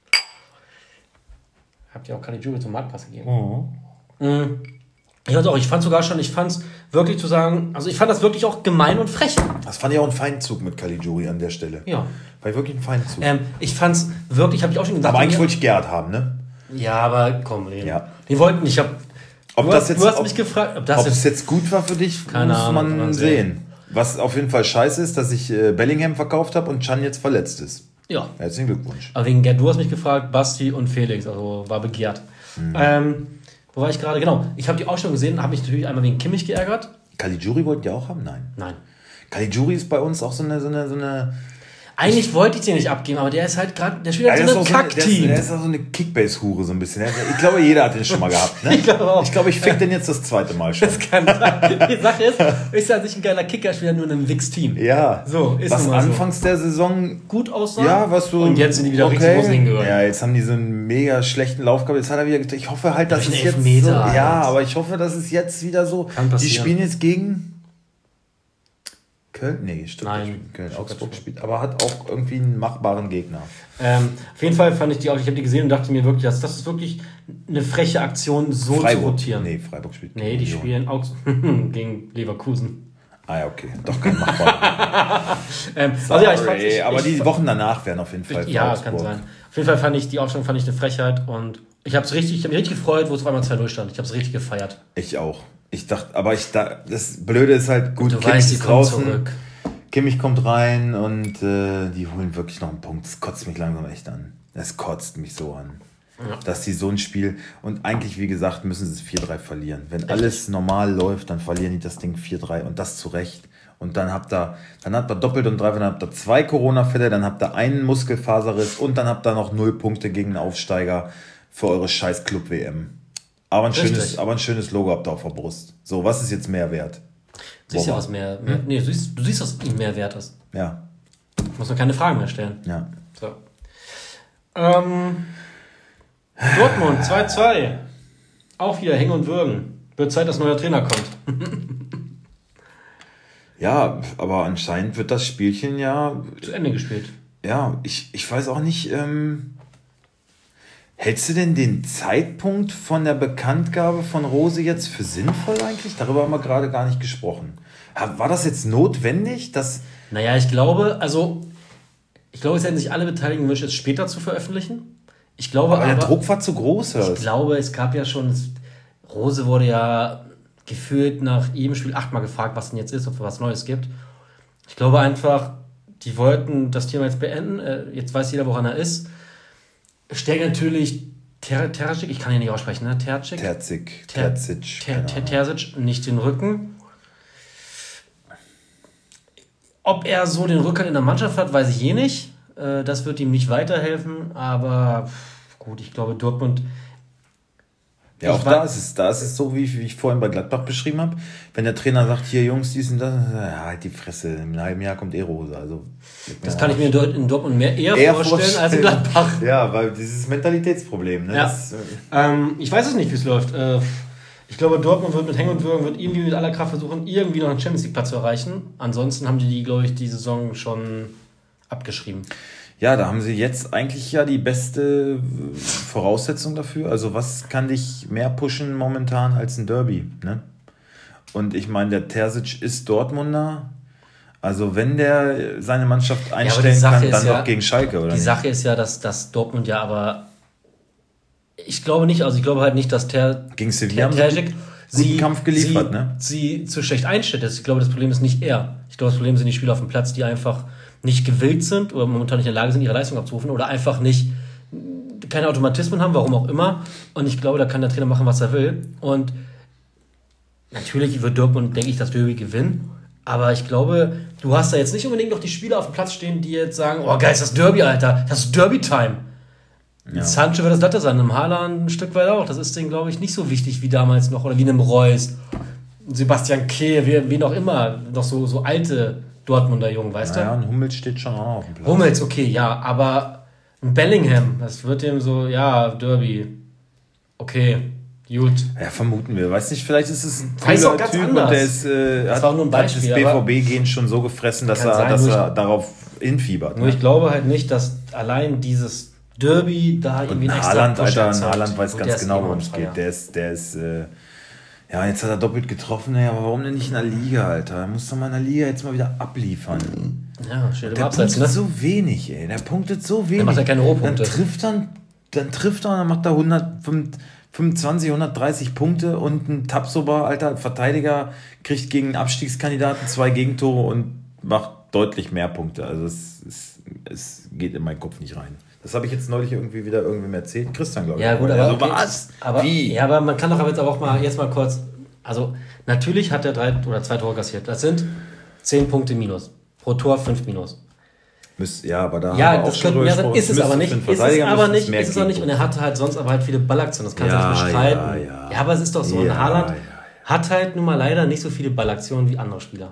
Habt ihr auch Caligiuri zum Marktpass gegeben? Oh. Mhm. Ich fand's auch, ich fand sogar schon, ich fand's wirklich zu sagen, also ich fand das wirklich auch gemein und frech. Das fand ich auch ein Feinzug mit Caligiuri an der Stelle. Ja. War wirklich ein Feinzug. Ähm, ich fand's wirklich, habe ich auch schon gesagt. Aber eigentlich wollte ich Gerhard haben, ne? Ja, aber komm, Leben. Ja. Wir wollten, ich hab, ob du, das hast, jetzt, du hast ob, mich gefragt, ob das ob jetzt, es jetzt gut war für dich, keine muss Ahnung, man sehen. sehen. Was auf jeden Fall scheiße ist, dass ich äh, Bellingham verkauft habe und Can jetzt verletzt ist. Ja. Herzlichen Glückwunsch. Aber wegen Gerd, du hast mich gefragt, Basti und Felix, also war begehrt. Mhm. Ähm, Wo war ich gerade? Genau. Ich habe die Ausstellung gesehen, habe mich natürlich einmal wegen Kimmich geärgert. Caligiuri wollten die auch haben? Nein. Nein. Caligiuri ist bei uns auch so eine... So eine, so eine Eigentlich ich, wollte ich den nicht abgeben, aber der ist halt gerade... Der spielt halt ja, so ein Kackteam. Der ist auch so eine Kickbase-Hure so ein bisschen. Ich glaube, jeder hat den schon mal gehabt. Ne? Ich glaube auch. Ich glaube, ich fick den jetzt das zweite Mal schon. Das kann sein. Die Sache ist, ist ja nicht ein geiler Kicker, spielt nur in einem Wix-Team. Ja. So, ist was anfangs so. der Saison... gut aussah. Ja, was du... Und jetzt sind die wieder okay. richtig groß hingehört. Ja, jetzt haben die so einen mega schlechten Lauf gehabt. Jetzt hat er wieder... Ich hoffe halt, dass es jetzt... Meter, so, ja, aber ich hoffe, dass es jetzt wieder so... Kann passieren. Die spielen jetzt gegen... Köln? Nee, Stuttgart Nein, spielt Köln. Augsburg spielt, aber hat auch irgendwie einen machbaren Gegner. Ähm, auf jeden Fall fand ich die auch, ich habe die gesehen und dachte mir wirklich, das, das ist wirklich eine freche Aktion, so Freiburg. zu rotieren. Nee, Freiburg spielt Nee, die Union. Spielen Augsburg gegen Leverkusen. Ah ja, okay. Doch kein machbar. ähm, also ja, ich fand, ich, aber ich, die Wochen danach werden auf jeden Fall für Ja, Augsburg. Kann sein. Auf jeden Fall fand ich die Aufstellung fand ich eine Frechheit und ich habe es richtig, ich habe mich richtig gefreut, wo es auf einmal zwei null stand. Ich habe es richtig gefeiert. Ich auch. Ich dachte, aber ich da, das Blöde ist halt gut, du Kimmich weißt, die ist kommt draußen. Zurück. Kimmich kommt rein und äh, die holen wirklich noch einen Punkt. Das kotzt mich langsam echt an. Das kotzt mich so an. Ja. Dass die so ein Spiel... Und eigentlich, wie gesagt, müssen sie es vier drei verlieren. Wenn echt? Alles normal läuft, dann verlieren die das Ding vier drei und das zu Recht. Und dann habt ihr, dann habt ihr doppelt und dreifach, dann habt ihr zwei Corona-Fälle, dann habt ihr einen Muskelfaserriss und dann habt ihr noch null Punkte gegen einen Aufsteiger für eure scheiß Club-W M. Aber ein, schönes, aber ein schönes Logo habt ihr auf der Brust. So, was ist jetzt mehr wert? Du siehst ja, was mehr, mehr hm? nee, du siehst, du siehst, was ihm mehr wert ist. Ja. Du musst noch keine Fragen mehr stellen. Ja. So. Ähm, Dortmund zwei zwei. Auch wieder hängen und würgen. Wird Zeit, dass ein neuer Trainer kommt. Ja, aber anscheinend wird das Spielchen ja... zu Ende gespielt. Ja, ich, ich weiß auch nicht... Ähm, hältst du denn den Zeitpunkt von der Bekanntgabe von Rose jetzt für sinnvoll eigentlich? Darüber haben wir gerade gar nicht gesprochen. War das jetzt notwendig, dass... Naja, ich glaube, also... Ich glaube, es hätten sich alle Beteiligten gewünscht, es später zu veröffentlichen. Ich glaube aber... aber der Druck war zu groß. Ich was? glaube, es gab ja schon... Rose wurde ja gefühlt nach jedem Spiel achtmal gefragt, was denn jetzt ist, ob es was Neues gibt. Ich glaube einfach, die wollten das Thema jetzt beenden. Jetzt weiß jeder, woran er ist. Stärkt natürlich Ter- Terzic, ich kann ihn nicht aussprechen, ne? Terzic? Terzic. Ter- Terzic. Ter- Ter- Terzic, nicht den Rücken. Ob er so den Rücken in der Mannschaft hat, weiß ich eh nicht. Das wird ihm nicht weiterhelfen, aber gut, ich glaube, Dortmund... Ja, auch da ist es, da ist es so, wie ich, wie ich vorhin bei Gladbach beschrieben habe. Wenn der Trainer sagt, hier Jungs, dies und das, ja, halt die Fresse, in einem halben Jahr kommt eh Rose. Also, das kann ich mir in Dortmund mehr eher, eher vorstellen, vorstellen als in Gladbach. Ja, weil dieses Mentalitätsproblem. Ne? Ja. Das, äh ähm, ich weiß es nicht, wie es läuft. Äh, ich glaube, Dortmund wird mit Hängen und Würgen, wird irgendwie mit aller Kraft versuchen, irgendwie noch einen Champions League Platz zu erreichen. Ansonsten haben die, die glaube ich, die Saison schon abgeschrieben. Ja, da haben sie jetzt eigentlich ja die beste Voraussetzung dafür. Also was kann dich mehr pushen momentan als ein Derby? Ne? Und ich meine, der Terzic ist Dortmunder, Also wenn der seine Mannschaft einstellen ja, kann, dann ja, noch gegen Schalke, oder Die nicht? Sache ist ja, dass, dass Dortmund ja aber ich glaube nicht, also ich glaube halt nicht, dass Ter gegen Sevilla haben sie guten sie, Kampf geliefert, sie, ne? sie zu schlecht einstellt. Ich glaube, das Problem ist nicht er. Ich glaube, das Problem sind die Spieler auf dem Platz, die einfach nicht gewillt sind oder momentan nicht in der Lage sind, ihre Leistung abzurufen oder einfach nicht keine Automatismen haben, warum auch immer. Und ich glaube, da kann der Trainer machen, was er will. Und natürlich wird Dortmund, denke ich, das Derby gewinnen. Aber ich glaube, du hast da jetzt nicht unbedingt noch die Spieler auf dem Platz stehen, die jetzt sagen, oh geil, ist das Derby, Alter. Das ist Derby-Time. Ja. Sancho wird das Latte sein, im Haaland ein Stück weit auch. Das ist denen, glaube ich, nicht so wichtig wie damals noch. Oder wie einem Reus, Sebastian Kehl, wie, wie noch immer. Noch so, so alte Dortmunder Jungen, weißt naja, du? Ja, und Hummels steht schon auch auf dem Platz. Hummels, okay, ja. Aber ein Bellingham, das wird dem so, ja, Derby. Okay, gut. Ja, vermuten wir. Weiß nicht, vielleicht ist es ein Weiß auch ganz Typ anders. und der ist, äh, das hat, war nur ein Beispiel, hat das B V B-Gen schon so gefressen, dass er, sein, dass nur er ich, darauf hinfiebert. Nur ne? ich glaube halt nicht, dass allein dieses Derby da irgendwie und ein Haaland, extra Alter, Haaland weiß und ganz genau, worum es es geht. Der ist, der ist, äh, ja, jetzt hat er doppelt getroffen, ja, aber warum denn nicht in der Liga, Alter? Er muss doch mal in der Liga jetzt mal wieder abliefern. Ja, steht im Der Abseits, punktet ne? so wenig, ey. Der punktet so wenig. Der macht ja keine Rohpunkte. Dann trifft er, dann trifft er und dann macht er hundertfünfundzwanzig, hundertdreißig Punkte und ein Tapsoba, Alter, Verteidiger, kriegt gegen Abstiegskandidaten zwei Gegentore und macht deutlich mehr Punkte. Also es, es, es geht in meinen Kopf nicht rein. Das habe ich jetzt neulich irgendwie wieder irgendwem erzählt. Christian, glaube ich. Ja, gut, aber, also, okay. was? aber Wie? Ja, aber man kann doch jetzt auch mal jetzt mal kurz. Also, natürlich hat er drei oder zwei Tore kassiert. Das sind zehn Punkte minus. Pro Tor fünf minus. Müsst, ja, aber da ja, haben wir das auch könnte schon mehr sein. Ist es aber nicht. Ist es aber nicht. Ist es auch nicht. Und er hatte halt sonst aber halt viele Ballaktionen. Das kannst du ja, nicht bestreiten. Ja, ja. ja, aber es ist doch so. Ja, und Haaland ja, ja. hat halt nun mal leider nicht so viele Ballaktionen wie andere Spieler.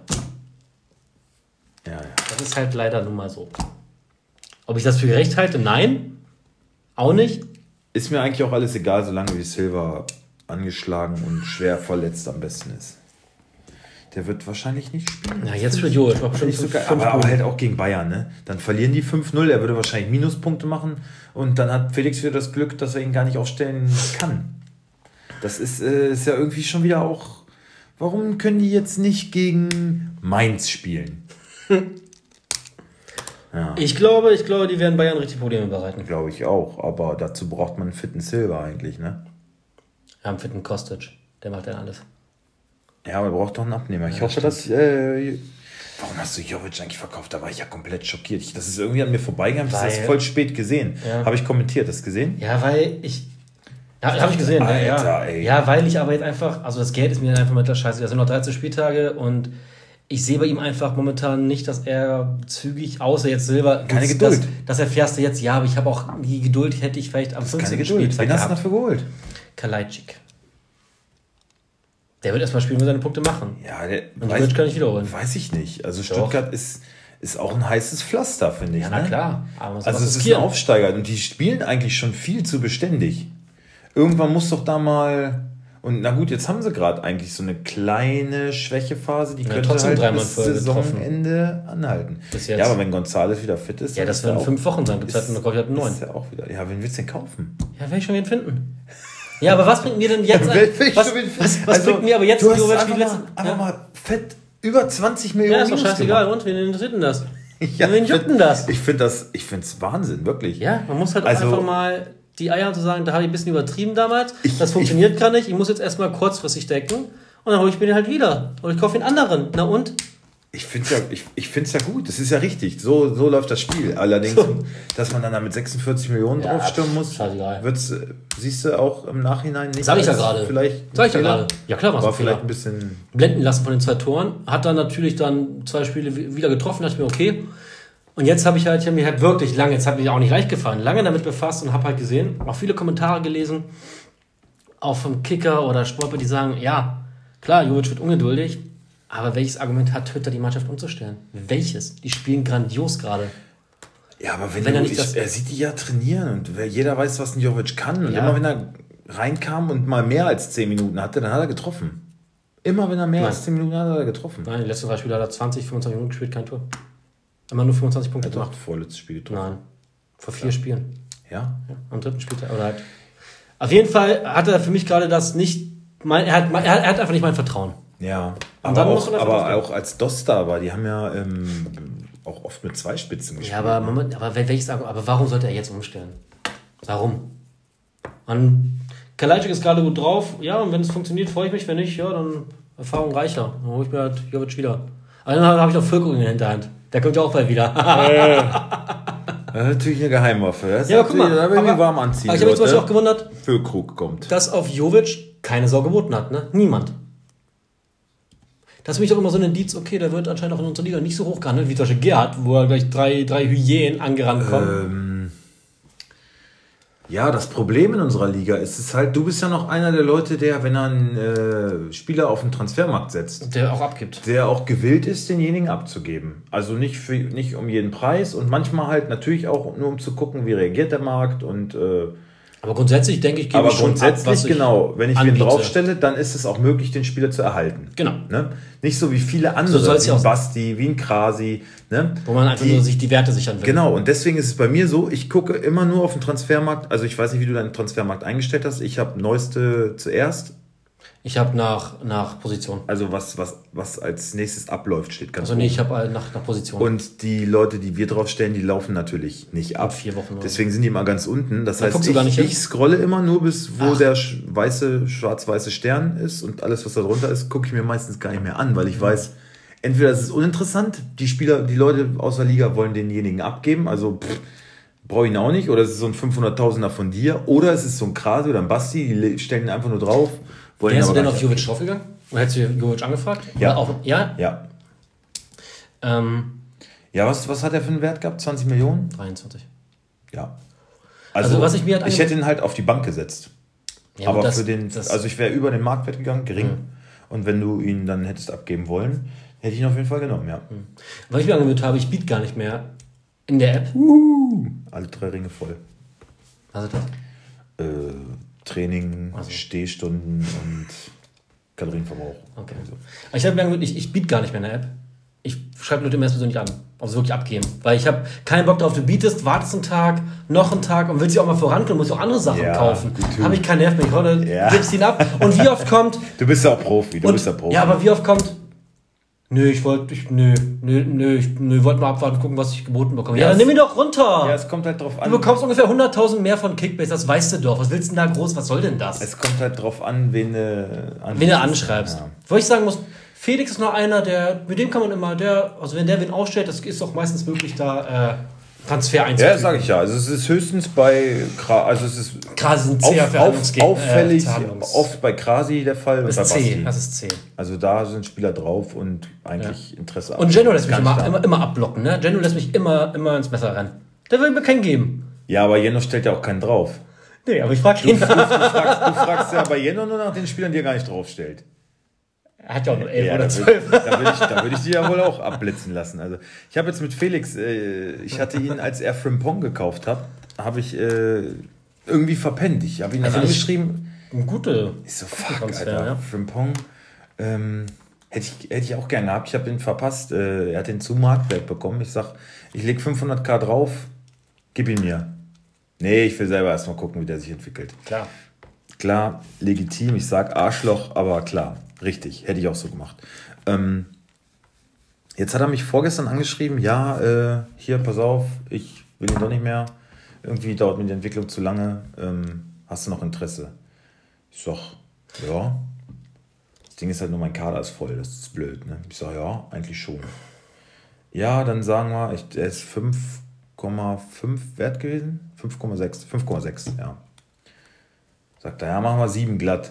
Ja, ja. Das ist halt leider nun mal so. Ob ich das für gerecht halte? Nein. Auch nicht. Ist mir eigentlich auch alles egal, solange wie Silva angeschlagen und schwer verletzt am besten ist. Der wird wahrscheinlich nicht spielen. Na, jetzt für Jo. Aber, aber halt auch gegen Bayern, ne? Dann verlieren die fünf null, er würde wahrscheinlich Minuspunkte machen und dann hat Felix wieder das Glück, dass er ihn gar nicht aufstellen kann. Das ist, äh, ist ja irgendwie schon wieder auch... Warum können die jetzt nicht gegen Mainz spielen? Ja. Ich glaube, ich glaube, die werden Bayern richtig Probleme bereiten. Glaube ich auch, aber dazu braucht man einen fitten Silva eigentlich, ne? Ja, einen fitten Kostic, der macht ja alles. Ja, aber er braucht doch einen Abnehmer. Ich ja, hoffe, das dass... Äh, warum hast du Jovic eigentlich verkauft? Da war ich ja komplett schockiert. Ich, das ist irgendwie an mir vorbeigegangen. Ich habe das voll spät gesehen. Ja. Habe ich kommentiert, hast du gesehen? Ja, weil ich... Ja, habe ich gesehen. Alter, ja. Ey. Ja, weil ich aber jetzt einfach... Also das Geld ist mir einfach mit der Scheiße. Das sind noch dreizehn Spieltage und... Ich sehe bei ihm einfach momentan nicht, dass er zügig, außer jetzt Silber... Keine Geduld. Dass, dass er fährst jetzt, ja, aber ich habe auch die Geduld, hätte ich vielleicht am fünfzehnten Spieltag Wen hast du dafür geholt? Kalajdzic. Der wird erstmal spielen und seine Punkte machen. Ja, der... Und weiß, kann ich wiederholen. Weiß ich nicht. Also Stuttgart ist, ist auch ein heißes Pflaster, finde ich. Ja, na ne? klar. Aber also es ist ein Aufsteiger und die spielen eigentlich schon viel zu beständig. Irgendwann muss doch da mal... Und na gut, jetzt haben sie gerade eigentlich so eine kleine Schwächephase, die ja, könnte halt bis Saisonende anhalten. Bis ja, aber wenn González wieder fit ist... Ja, das werden fünf Wochen sein. Gibt es halt noch einen neuen. Ist ja auch wieder... Ja, wen willst du denn kaufen? Ja, werde ich schon wen finden. Ja, aber was bringt mir denn jetzt... An, was was, was also, bringt mir aber jetzt... Du hast einfach, mal, einfach ja? mal fett über zwanzig Millionen. Ja, ist doch scheißegal. gemacht. Und wen interessiert denn das? Ja, wen juckt denn das? Ich finde das... Ich finde es Wahnsinn, wirklich. Ja, man muss halt also, einfach mal... die Eier zu sagen, da habe ich ein bisschen übertrieben damals, ich, das funktioniert ich, gar nicht, ich muss jetzt erstmal kurzfristig decken und dann hole ich mir den halt wieder. Oder ich kaufe den anderen. Na und? Ich finde es ja, ich, ich find's ja gut, das ist ja richtig, so, so läuft das Spiel. Allerdings, so. Dass man dann da mit sechsundvierzig Millionen ja, draufstürmen muss, wird's, siehst du auch im Nachhinein nicht. Sag ich ja gerade. Vielleicht Sag ich ja gerade. Ja klar, was war vielleicht ein bisschen... blenden lassen von den zwei Toren. Hat dann natürlich dann zwei Spiele wieder getroffen, dachte ich mir, okay. Und jetzt habe ich halt, ich habe mir halt wirklich lange, jetzt hat mir auch nicht leicht gefallen, lange damit befasst und habe halt gesehen, auch viele Kommentare gelesen, auch vom Kicker oder Sportler, die sagen, ja, klar, Jovic wird ungeduldig, aber welches Argument hat Hütter, die Mannschaft umzustellen? Welches? Die spielen grandios gerade. Ja, aber wenn, wenn du, er, nicht ich, er sieht die ja trainieren und jeder weiß, was ein Jovic kann. Und ja. immer wenn er reinkam und mal mehr als zehn Minuten hatte, dann hat er getroffen. Immer wenn er mehr Nein. als zehn Minuten hatte, hat er getroffen. Nein, die letzten drei Spiele hat er zwanzig, fünfundzwanzig Minuten gespielt, kein Tor. Immer nur fünfundzwanzig Punkte gemacht. Vorletztes Spiel getroffen. Nein, vor vier ja. Spielen. Ja? ja? Am dritten Spieltag. Oder halt. Auf jeden Fall hat er für mich gerade das nicht... Mein, er, hat, er hat einfach nicht mein Vertrauen. Ja, Und aber, dann musst auch, du dafür aber ausgeben. auch als Doster war, die haben ja ähm, auch oft mit zwei Spitzen gespielt. Ja, aber, Moment, aber, welches, Argument- aber warum sollte er jetzt umstellen? Warum? Und Kalajdzic ist gerade gut drauf. Ja, und wenn es funktioniert, freue ich mich. Wenn nicht, ja, dann Erfahrung reicher. Dann hole ich mir halt Jovic wieder. Aber dann habe ich noch Füllkrug in der Hinterhand. Der kommt ja auch bald wieder. Das ist natürlich eine Geheimwaffe. Das Ja, aber guck mal, da will ich aber- mich warm anziehen. aber ich habe mich zum Beispiel Leute. auch gewundert, Füllkrug kommt. dass auf Jovic keine Sau geboten hat. Ne? Niemand. Das ist für mich doch immer so ein Indiz, okay, der wird anscheinend auch in unserer Liga nicht so hoch gehandelt wie zum Beispiel Gerhard, wo er gleich drei, drei Hyänen angerannt kommen. Ähm, ja, das Problem in unserer Liga ist es halt, du bist ja noch einer der Leute, der, wenn er einen äh, Spieler auf den Transfermarkt setzt, Der auch abgibt. der auch gewillt ist, denjenigen abzugeben. Also nicht, für, nicht um jeden Preis und manchmal halt natürlich auch nur um zu gucken, wie reagiert der Markt und äh, Aber grundsätzlich denke ich, gebe aber ich schon grundsätzlich, ab, was ich genau, wenn ich anbiete. wen draufstelle, dann ist es auch möglich, den Spieler zu erhalten. Genau. Ne? Nicht so wie viele andere, soll es wie ja ein auch sein. Basti, wie ein Krasi. Ne? Wo man einfach Die- nur sich die Werte sichern will. Genau, und deswegen ist es bei mir so, ich gucke immer nur auf den Transfermarkt. Also ich weiß nicht, wie du deinen Transfermarkt eingestellt hast. Ich habe neueste zuerst. Ich habe nach, nach Position. Also was, was, was als nächstes abläuft, steht ganz Also nee, oben. ich habe nach, nach Position. Und die Leute, die wir draufstellen, die laufen natürlich nicht ab. vier Wochen oder Deswegen sind die immer ganz unten. Das Da heißt, guckst du gar nicht ich, hin? ich scrolle immer nur bis, wo Ach. der sch- weiße, schwarz-weiße Stern ist und alles, was da drunter ist, gucke ich mir meistens gar nicht mehr an, weil ich weiß, entweder es ist uninteressant, die Spieler, die Leute aus der Liga wollen denjenigen abgeben, also pff, brauche ich ihn auch nicht, oder es ist so ein fünfhunderttausender von dir, oder es ist so ein Krase oder ein Basti, die le- stellen ihn einfach nur drauf. Wollen ihn Wärst du aber denn gar auf nicht Jovic draufgegangen? Oder hättest du Jovic angefragt? Ja. Oder Auch, ja? abgeben. Ja. Ähm, Ja, was, was hat er für einen Wert gehabt? zwanzig Millionen? dreiundzwanzig. Ja. Also, was ich mir halt ich angeb- hätte ihn halt auf die Bank gesetzt. Ja, aber gut, das- für den, das- also ich wäre über den Marktwert gegangen, gering. Und wenn du ihn dann hättest abgeben wollen, hätte ich ihn auf jeden Fall genommen, ja. Was ich mir angewöhnt habe, ich biete gar nicht mehr in der App. Alle drei Ringe voll. Was ist das? Äh, Training, Also. Stehstunden und Kalorienverbrauch. Okay. Also. Ich habe mir angewöhnt, ich, ich biete gar nicht mehr in der App. Ich schreibe Leute immer persönlich an, ob sie wirklich abgeben. Weil ich habe keinen Bock darauf, du bietest, wartest einen Tag, noch einen Tag und willst dich auch mal vorankommen, musst auch andere Sachen Ja, kaufen. gut, Habe ich keinen Nerv mehr. Ich hole, Ja. gibst ihn ab. Und wie oft kommt, Du bist ja auch Profi, du und, bist ja Profi. ja, aber wie oft kommt, nö, ich wollte, ich, nö, nö, nö, ich nö, wollte mal abwarten, gucken, was ich geboten bekomme. Ja, Ja, dann es- nimm ihn doch runter. ja, es kommt halt drauf an. Du bekommst ungefähr hunderttausend mehr von Kickbase, das weißt du doch. Was willst du denn da groß, was soll denn das? Es kommt halt drauf an, wen du an Wen du anschreibst. Ja. Wo ich sagen muss, Felix ist noch einer, der, mit dem kann man immer, der, also wenn der wen aufstellt, das ist doch meistens möglich, da äh, Transfer Ja, einzufügen. das sage ich ja. Also es ist höchstens bei, Kra- also es ist Gerade sind auf, C auf, Verhandlungsge- auffällig äh, Verhandlungs- oft bei Krasi der Fall und Das bei ist C, Basti. das ist C. Also da sind Spieler drauf und eigentlich Interesse Und Geno lässt mich Gar nicht immer, da. immer, immer abblocken, ne? Geno lässt mich immer, immer ins Messer rennen. Der will mir keinen geben. Ja, aber Jeno stellt ja auch keinen drauf. Nee, aber ich frage ihn. Du fragst, du fragst ja bei Jeno nur nach den Spielern, die er gar nicht draufstellt. Er hat ja auch nur elf Ja, oder da zwölf. würde da würd ich, da würd ich die ja wohl auch abblitzen lassen. Also ich habe jetzt mit Felix, äh, ich hatte ihn, als er Frimpong gekauft hat, habe ich äh, irgendwie verpennt. Ich habe ihn dann Also ich- angeschrieben. Ein gute. Ich so, fuck, Transfer, Alter, ja. Frimpong ähm, hätte ich, hätte ich auch gerne gehabt. Ich habe ihn verpasst. Äh, er hat den zu Marktwert bekommen. Ich sag, ich leg fünfhunderttausend drauf, gib ihn mir. Nee, ich will selber erstmal gucken, wie der sich entwickelt. Klar. Klar, legitim, ich sag Arschloch, aber klar, richtig, hätte ich auch so gemacht. Ähm, jetzt hat er mich vorgestern angeschrieben, ja, äh, hier, pass auf, ich will ihn doch nicht mehr, irgendwie dauert mir die Entwicklung zu lange, ähm, hast du noch Interesse? Ich sag, ja. Das Ding ist halt nur, mein Kader ist voll, das ist blöd, ne? Ich sag, ja, eigentlich schon. Ja, dann sagen wir, ich, er ist fünf Komma fünf wert gewesen, fünf Komma sechs, fünf Komma sechs, ja. Sagt er, ja, machen wir sieben glatt.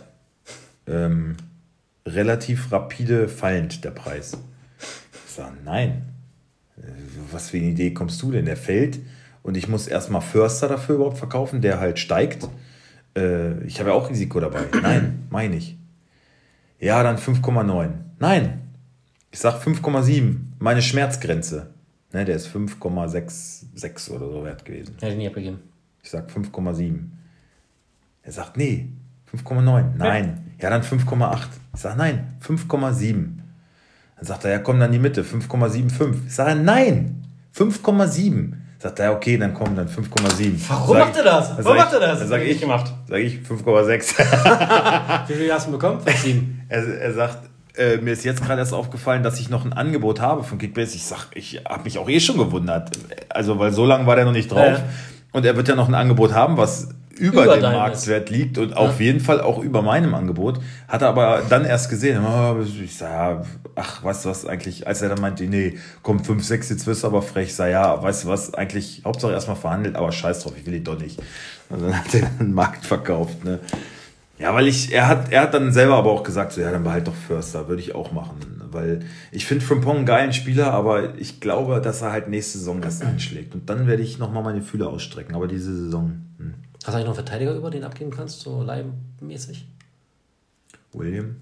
Ähm, relativ rapide fallend der Preis. Ich sage, nein. Äh, Was für eine Idee kommst du denn? Der fällt und ich muss erstmal Förster dafür überhaupt verkaufen, der halt steigt. Äh, ich habe ja auch Risiko dabei. Nein, meine ich. Ja, dann fünf Komma neun. Nein. Ich sage fünf Komma sieben. Meine Schmerzgrenze. Ne, der ist fünf Komma sechs oder so wert gewesen. Hätte ich nie abgegeben. Ich sage fünf Komma sieben. Er sagt, nee, fünf Komma neun. Nein. Ja, dann fünf Komma acht. Ich sage, nein, fünf Komma sieben. Dann sagt er, ja, komm dann in die Mitte, fünf Komma fünfundsiebzig. Ich sage, nein, fünf Komma sieben. Sagt er, ja, okay, dann komm, dann fünf Komma sieben. Warum macht er das? Dann Warum sag macht er das? Dann sage Nicht ich, gemacht. sag ich fünf Komma sechs. Wie viel hast du bekommen? Sieben. er, er sagt, äh, mir ist jetzt gerade erst aufgefallen, dass ich noch ein Angebot habe von Kickbase. Ich sag, ich habe mich auch eh schon gewundert. Also, weil so lange war der noch nicht drauf. Ja. Und er wird ja noch ein Angebot haben, was über, über dem Marktwert liegt und ja. auf jeden Fall auch über meinem Angebot. Hat er aber dann erst gesehen. Oh, ich sag, ja, ach, weißt du was, eigentlich, als er dann meinte, nee, komm, fünf, sechs, jetzt wirst du aber frech. Ich sag, ja, weißt du was, eigentlich, Hauptsache erstmal verhandelt, aber scheiß drauf, ich will ihn doch nicht. Und dann hat er den Markt verkauft, ne. Ja, weil ich, er hat, er hat dann selber aber auch gesagt, so, ja, dann behalt doch Förster, würde ich auch machen. Weil ich finde Frimpong einen geilen Spieler, aber ich glaube, dass er halt nächste Saison erst einschlägt. Und dann werde ich nochmal meine Fühler ausstrecken, aber diese Saison, hm. Hast du eigentlich noch einen Verteidiger über, den abgeben kannst, so leihmäßig? William?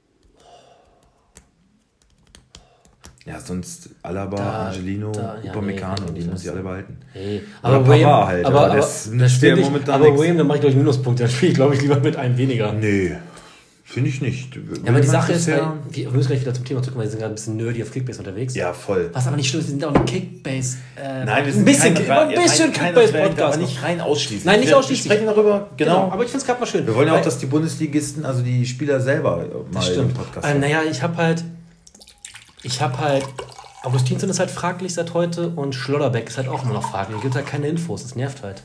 Ja, sonst Alaba, da, Angelino, da, ja, Upamecano, nee, die muss ich alle behalten. Nee. Aber Aber William, Pavard halt, aber, aber, aber das das ist der ich, momentan aber nichts. William, dann mache ich glaube ich Minuspunkte, dann spiele ich glaube ich lieber mit einem weniger. Nee, finde ich nicht. Ja, aber die Sache ist halt, wir müssen gleich wieder zum Thema zurückkommen, weil wir sind gerade ein bisschen nerdy auf Kickbase unterwegs. Ja, voll. Was aber nicht stimmt, wir sind auch ein Kickbase. Äh, Nein, wir sind ein bisschen, kein, ein bisschen Kickbase-Podcast. Aber nicht rein ausschließlich. Nein, nicht wir, ausschließlich. Wir sprechen darüber, genau. genau. Aber ich finde es gerade mal schön. Wir wollen ja auch, dass die Bundesligisten, also die Spieler selber mal das stimmt. im Podcast haben. Naja, ich habe halt, ich habe halt, Augustinsson ist halt fraglich seit heute und Schlotterbeck ist halt auch immer noch fraglich. Es gibt halt keine Infos, das nervt halt.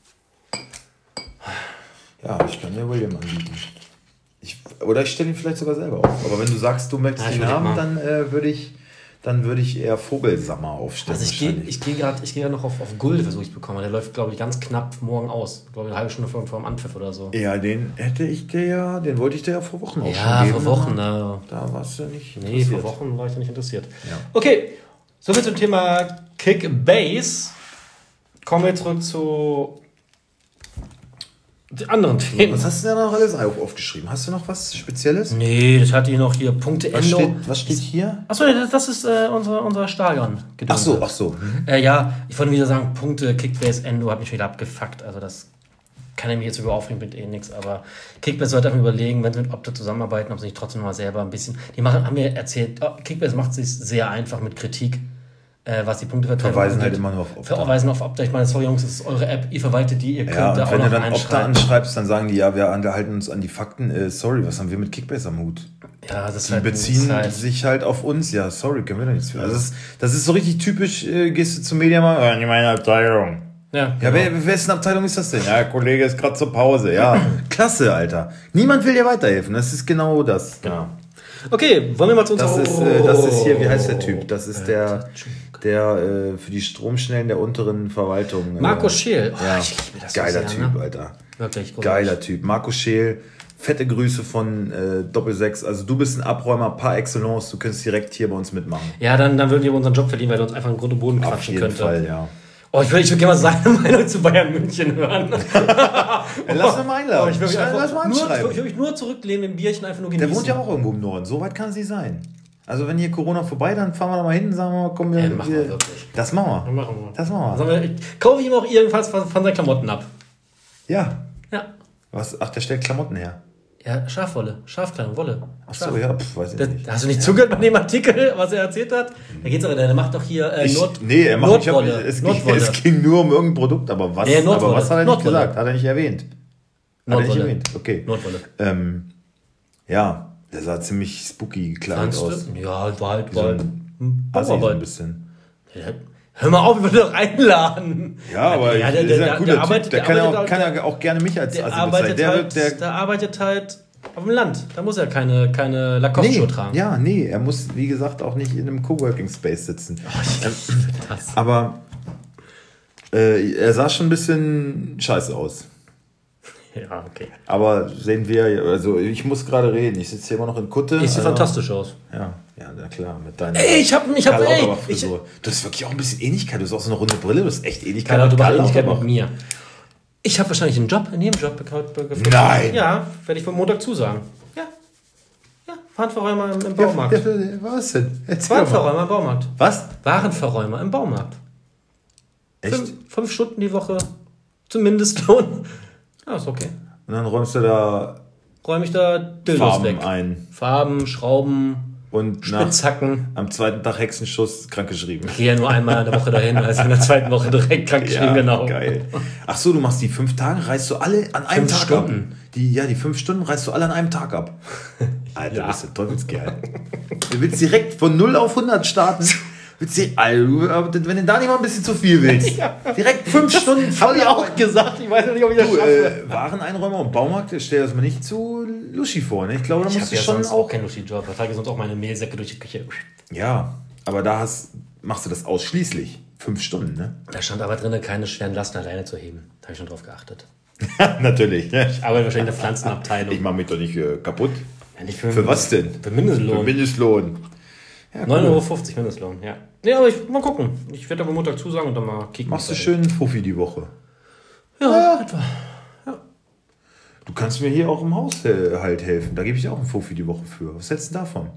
Ja, ich kann dir William anbieten. Ich, oder ich stelle ihn vielleicht sogar selber auf. Aber wenn du sagst, du möchtest ihn haben, dann äh, würde ich, dann würde ich eher Vogelsammer aufstellen. Also ich gehe ich geh gerade ich geh noch auf, auf Gulde, versuche ich zu bekommen. Der läuft, glaube ich, ganz knapp morgen aus. Ich glaube, eine halbe Stunde vor, vor dem Anpfiff oder so. Ja, den hätte ich dir ja, den wollte ich dir ja vor Wochen auch ja, schon geben. Ja, vor Wochen. Da, da warst du nicht interessiert. Nee, vor Wochen war ich da nicht interessiert. Ja. Okay, soviel zum Thema Kickbase. Kommen wir zurück zu die anderen Themen. Was hast du denn noch alles aufgeschrieben? Hast du noch was Spezielles? Nee, ich hatte hier noch hier Punkte was steht, was steht hier? Achso, das ist äh, unser, unser Stadion. Ach so, ach so. Mhm. Äh, ja, ich wollte wieder sagen, Punkte, Kickbase, Endo hat mich wieder abgefuckt. Also das kann ich mich jetzt über aufregen, mit eh nichts. Aber Kickbase sollte einfach überlegen, wenn sie mit Opta zusammenarbeiten, ob sie nicht trotzdem mal selber ein bisschen... Die machen, haben mir erzählt, oh, Kickbase macht sich sehr einfach mit Kritik. Äh, was die Punkteverteilung verweisen halt immer nur auf Opta. Verweisen auf Opta. Ich meine, sorry Jungs, das ist eure App, ihr verwaltet die, ihr könnt ja, da und auch wenn noch du dann einschreiben. Opta anschreibst, dann sagen die, ja, wir halten uns an die Fakten. Äh, sorry, was haben wir mit Kickbase am Hut? Ja, das ist die halt, beziehen halt sich halt auf uns. Ja, sorry, können wir da nichts für. Also das, ist, das ist so richtig typisch, äh, gehst du zum Mediamarkt, ja, in meine Abteilung. Ja, ja, wer, wessen Abteilung ist das denn? Ja, der Kollege ist gerade zur Pause. Ja, klasse, Alter. Niemand will dir weiterhelfen. Das ist genau das. Genau. Okay, wollen wir mal zu uns... Das ist, äh, das ist hier, wie heißt der Typ? Das ist der, der äh, für die Stromschnellen der unteren Verwaltung. Äh, Marco Scheel. Oh, ja, ich liebe das geiler so sehr, Typ, ne? Alter. Wirklich gut. Geiler Typ. Marco Scheel. Fette Grüße von äh, Doppelsechs. Also du bist ein Abräumer par excellence. Du könntest direkt hier bei uns mitmachen. Ja, dann, dann würden wir unseren Job verlieren, weil er uns einfach in Grund und Boden quatschen könnte. Auf jeden Fall, ja. Oh, ich würde ich würd gerne mal seine Meinung zu Bayern München hören. Ja, lass ihn mal einladen. Oh, ich würde mich, lass mal nur, ich würd mich nur zurücklehnen, im Bierchen einfach nur genießen. Der wohnt ja auch irgendwo im Norden. So weit kann es nicht sein. Also wenn hier Corona vorbei, dann fahren wir da mal hin und sagen wir mal, komm, wir... Ja, machen wir wirklich. Das machen wir. Dann machen wir. Das machen wir. Also, ich, kaufe ich ihm auch irgendwas von, von seinen Klamotten ab. Ja. Ja. Was? Ach, der stellt Klamotten her. Ja, Schafwolle, Schafkleidung, Wolle. Ach so, ja, pf, weiß ich das, nicht. Hast du nicht zugehört bei dem Artikel, was er erzählt hat? Da geht's aber, der macht doch hier äh, Nord, ich, nee, er macht Nordwolle. Hab, es, ging, es ging nur um irgendein Produkt, aber was, ja, aber was hat er nicht Nordwolle. gesagt? Hat er nicht erwähnt? Hat er nicht erwähnt, okay. Nordwolle. Ähm, ja, der sah ziemlich spooky gekleidet aus. Ja, war halt, war halt ein Bauarbeit. ein bisschen. Ja, hör mal auf, ich würde doch einladen. Ja, aber ja, der, der, der, der, cooler der, arbeitet, der, der kann, ja auch, kann ja auch gerne mich als der Assi arbeitet der, halt, der, der arbeitet halt auf dem Land. Da muss er keine, keine Lacoste-Schuhe nee, tragen. Ja, nee, er muss, wie gesagt, auch nicht in einem Coworking-Space sitzen. Oh, ich ähm, das. Aber äh, er sah schon ein bisschen scheiße aus. Ja, okay. Aber sehen wir, also ich muss gerade reden, ich sitze hier immer noch in Kutte. Ich sehe also, fantastisch aus. Ja, ja, na klar, mit deiner ey, ich hab, ich hab, ey, ich, du hast wirklich auch ein bisschen Ähnlichkeit, du hast auch so eine runde Brille, du hast echt Ähnlichkeit. Keine Ahnung, Ähnlichkeit mit mir. Ich habe wahrscheinlich einen Job, einen Nebenjob gefunden. Nein! Ja, werde ich vom Montag zusagen. Ja. Ja, Warenverräumer im, im Baumarkt. Ja, ja, was denn? Erzähl Warenverräumer im Baumarkt. Was? Warenverräumer im Baumarkt. Echt? Fünf, fünf Stunden die Woche, zum Mindestlohn. Ja, ist okay. Und dann räumst du da räume ich da Dildos Farben weg. ein. Farben, Schrauben, Und Spitzhacken. Nach, am zweiten Tag Hexenschuss krankgeschrieben. Ich gehe ja nur einmal in der Woche dahin, also in der zweiten Woche direkt krankgeschrieben, ja, genau. Geil. Ach so, du machst die fünf Tage, reißt du alle an einem fünf Tag Stunden. ab. Die, ja, die fünf Stunden reißt du alle an einem Tag ab. Alter, Ja. du bist der Teufelskerl. Du willst direkt von null auf hundert starten. Willst du, Alter, wenn du da nicht mal ein bisschen zu viel willst. Ja. Direkt fünf Stunden voll. Hab ich auch gesagt, ich weiß noch nicht, ob ich das Du, schaffe. äh, Wareneinräumer und Baumarkt, stell das mal nicht zu luschi vor. Ne? Ich glaube, da Ich musst habe du ja schon sonst auch. auch keinen Luschi-Job. Da trage ich sonst auch meine Mehlsäcke durch die Küche. Ja, aber da hast, machst du das ausschließlich. Fünf Stunden, ne? Da stand aber drin, keine schweren Lasten alleine zu heben. Da habe ich schon drauf geachtet. Natürlich. Ich arbeite wahrscheinlich in der Pflanzenabteilung. Ich mache mich doch nicht äh, kaputt. Ja, nicht für, Für was denn? Für Mindestlohn. Für Mindestlohn. Ja, neun Euro fünfzig Mindestlohn, ja. Ja, aber ich, mal gucken. Ich werde aber Montag zusagen und dann mal kicken. Machst du was da schön einen Fuffi die Woche. ist. Ja, etwa. Du kannst mir hier auch im Haus äh, halt helfen. Da gebe ich auch einen Fuffi die Woche für. Was hältst du davon?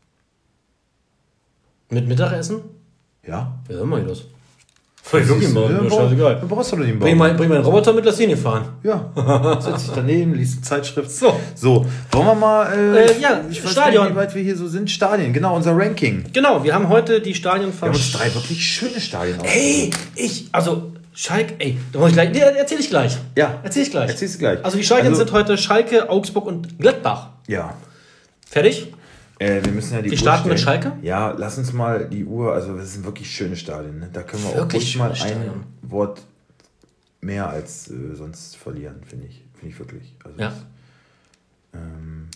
Mit Mittagessen? Ja? Ja, mach ich das. Voll wirklich Ja, mal. Ja, brauch- scheißegal. Dann brauchst du doch den Bring, Bau. mal, bring meinen Roboter mit, lass ihn hier fahren. Ja, setz dich daneben, liest eine Zeitschrift. So. So, wollen wir mal, äh, Äh, ja, ich weiß Stadion. gar nicht, wie weit wir hier so sind. Stadien, genau, unser Ranking. Genau, wir haben heute die Stadien Wir von... haben uns drei wirklich schöne Stadien Hey, ich, also Schalke, ey, da muss ich gleich, nee, erzähl ich gleich. Ja. Erzähl ich gleich. Erzählst du gleich. Also die Stadien Also- sind heute Schalke, Augsburg und Gladbach. Ja. Fertig? Äh, wir müssen ja die Wir Uhr starten mit stellen. Schalke? Ja, lass uns mal die Uhr, also das sind wirklich schöne Stadien. Ne? Da können wir Wirklich auch ruhig mal schöne ein Stadien. Wort mehr als äh, sonst verlieren, finde ich. Finde ich wirklich. Also Ja. das, ähm,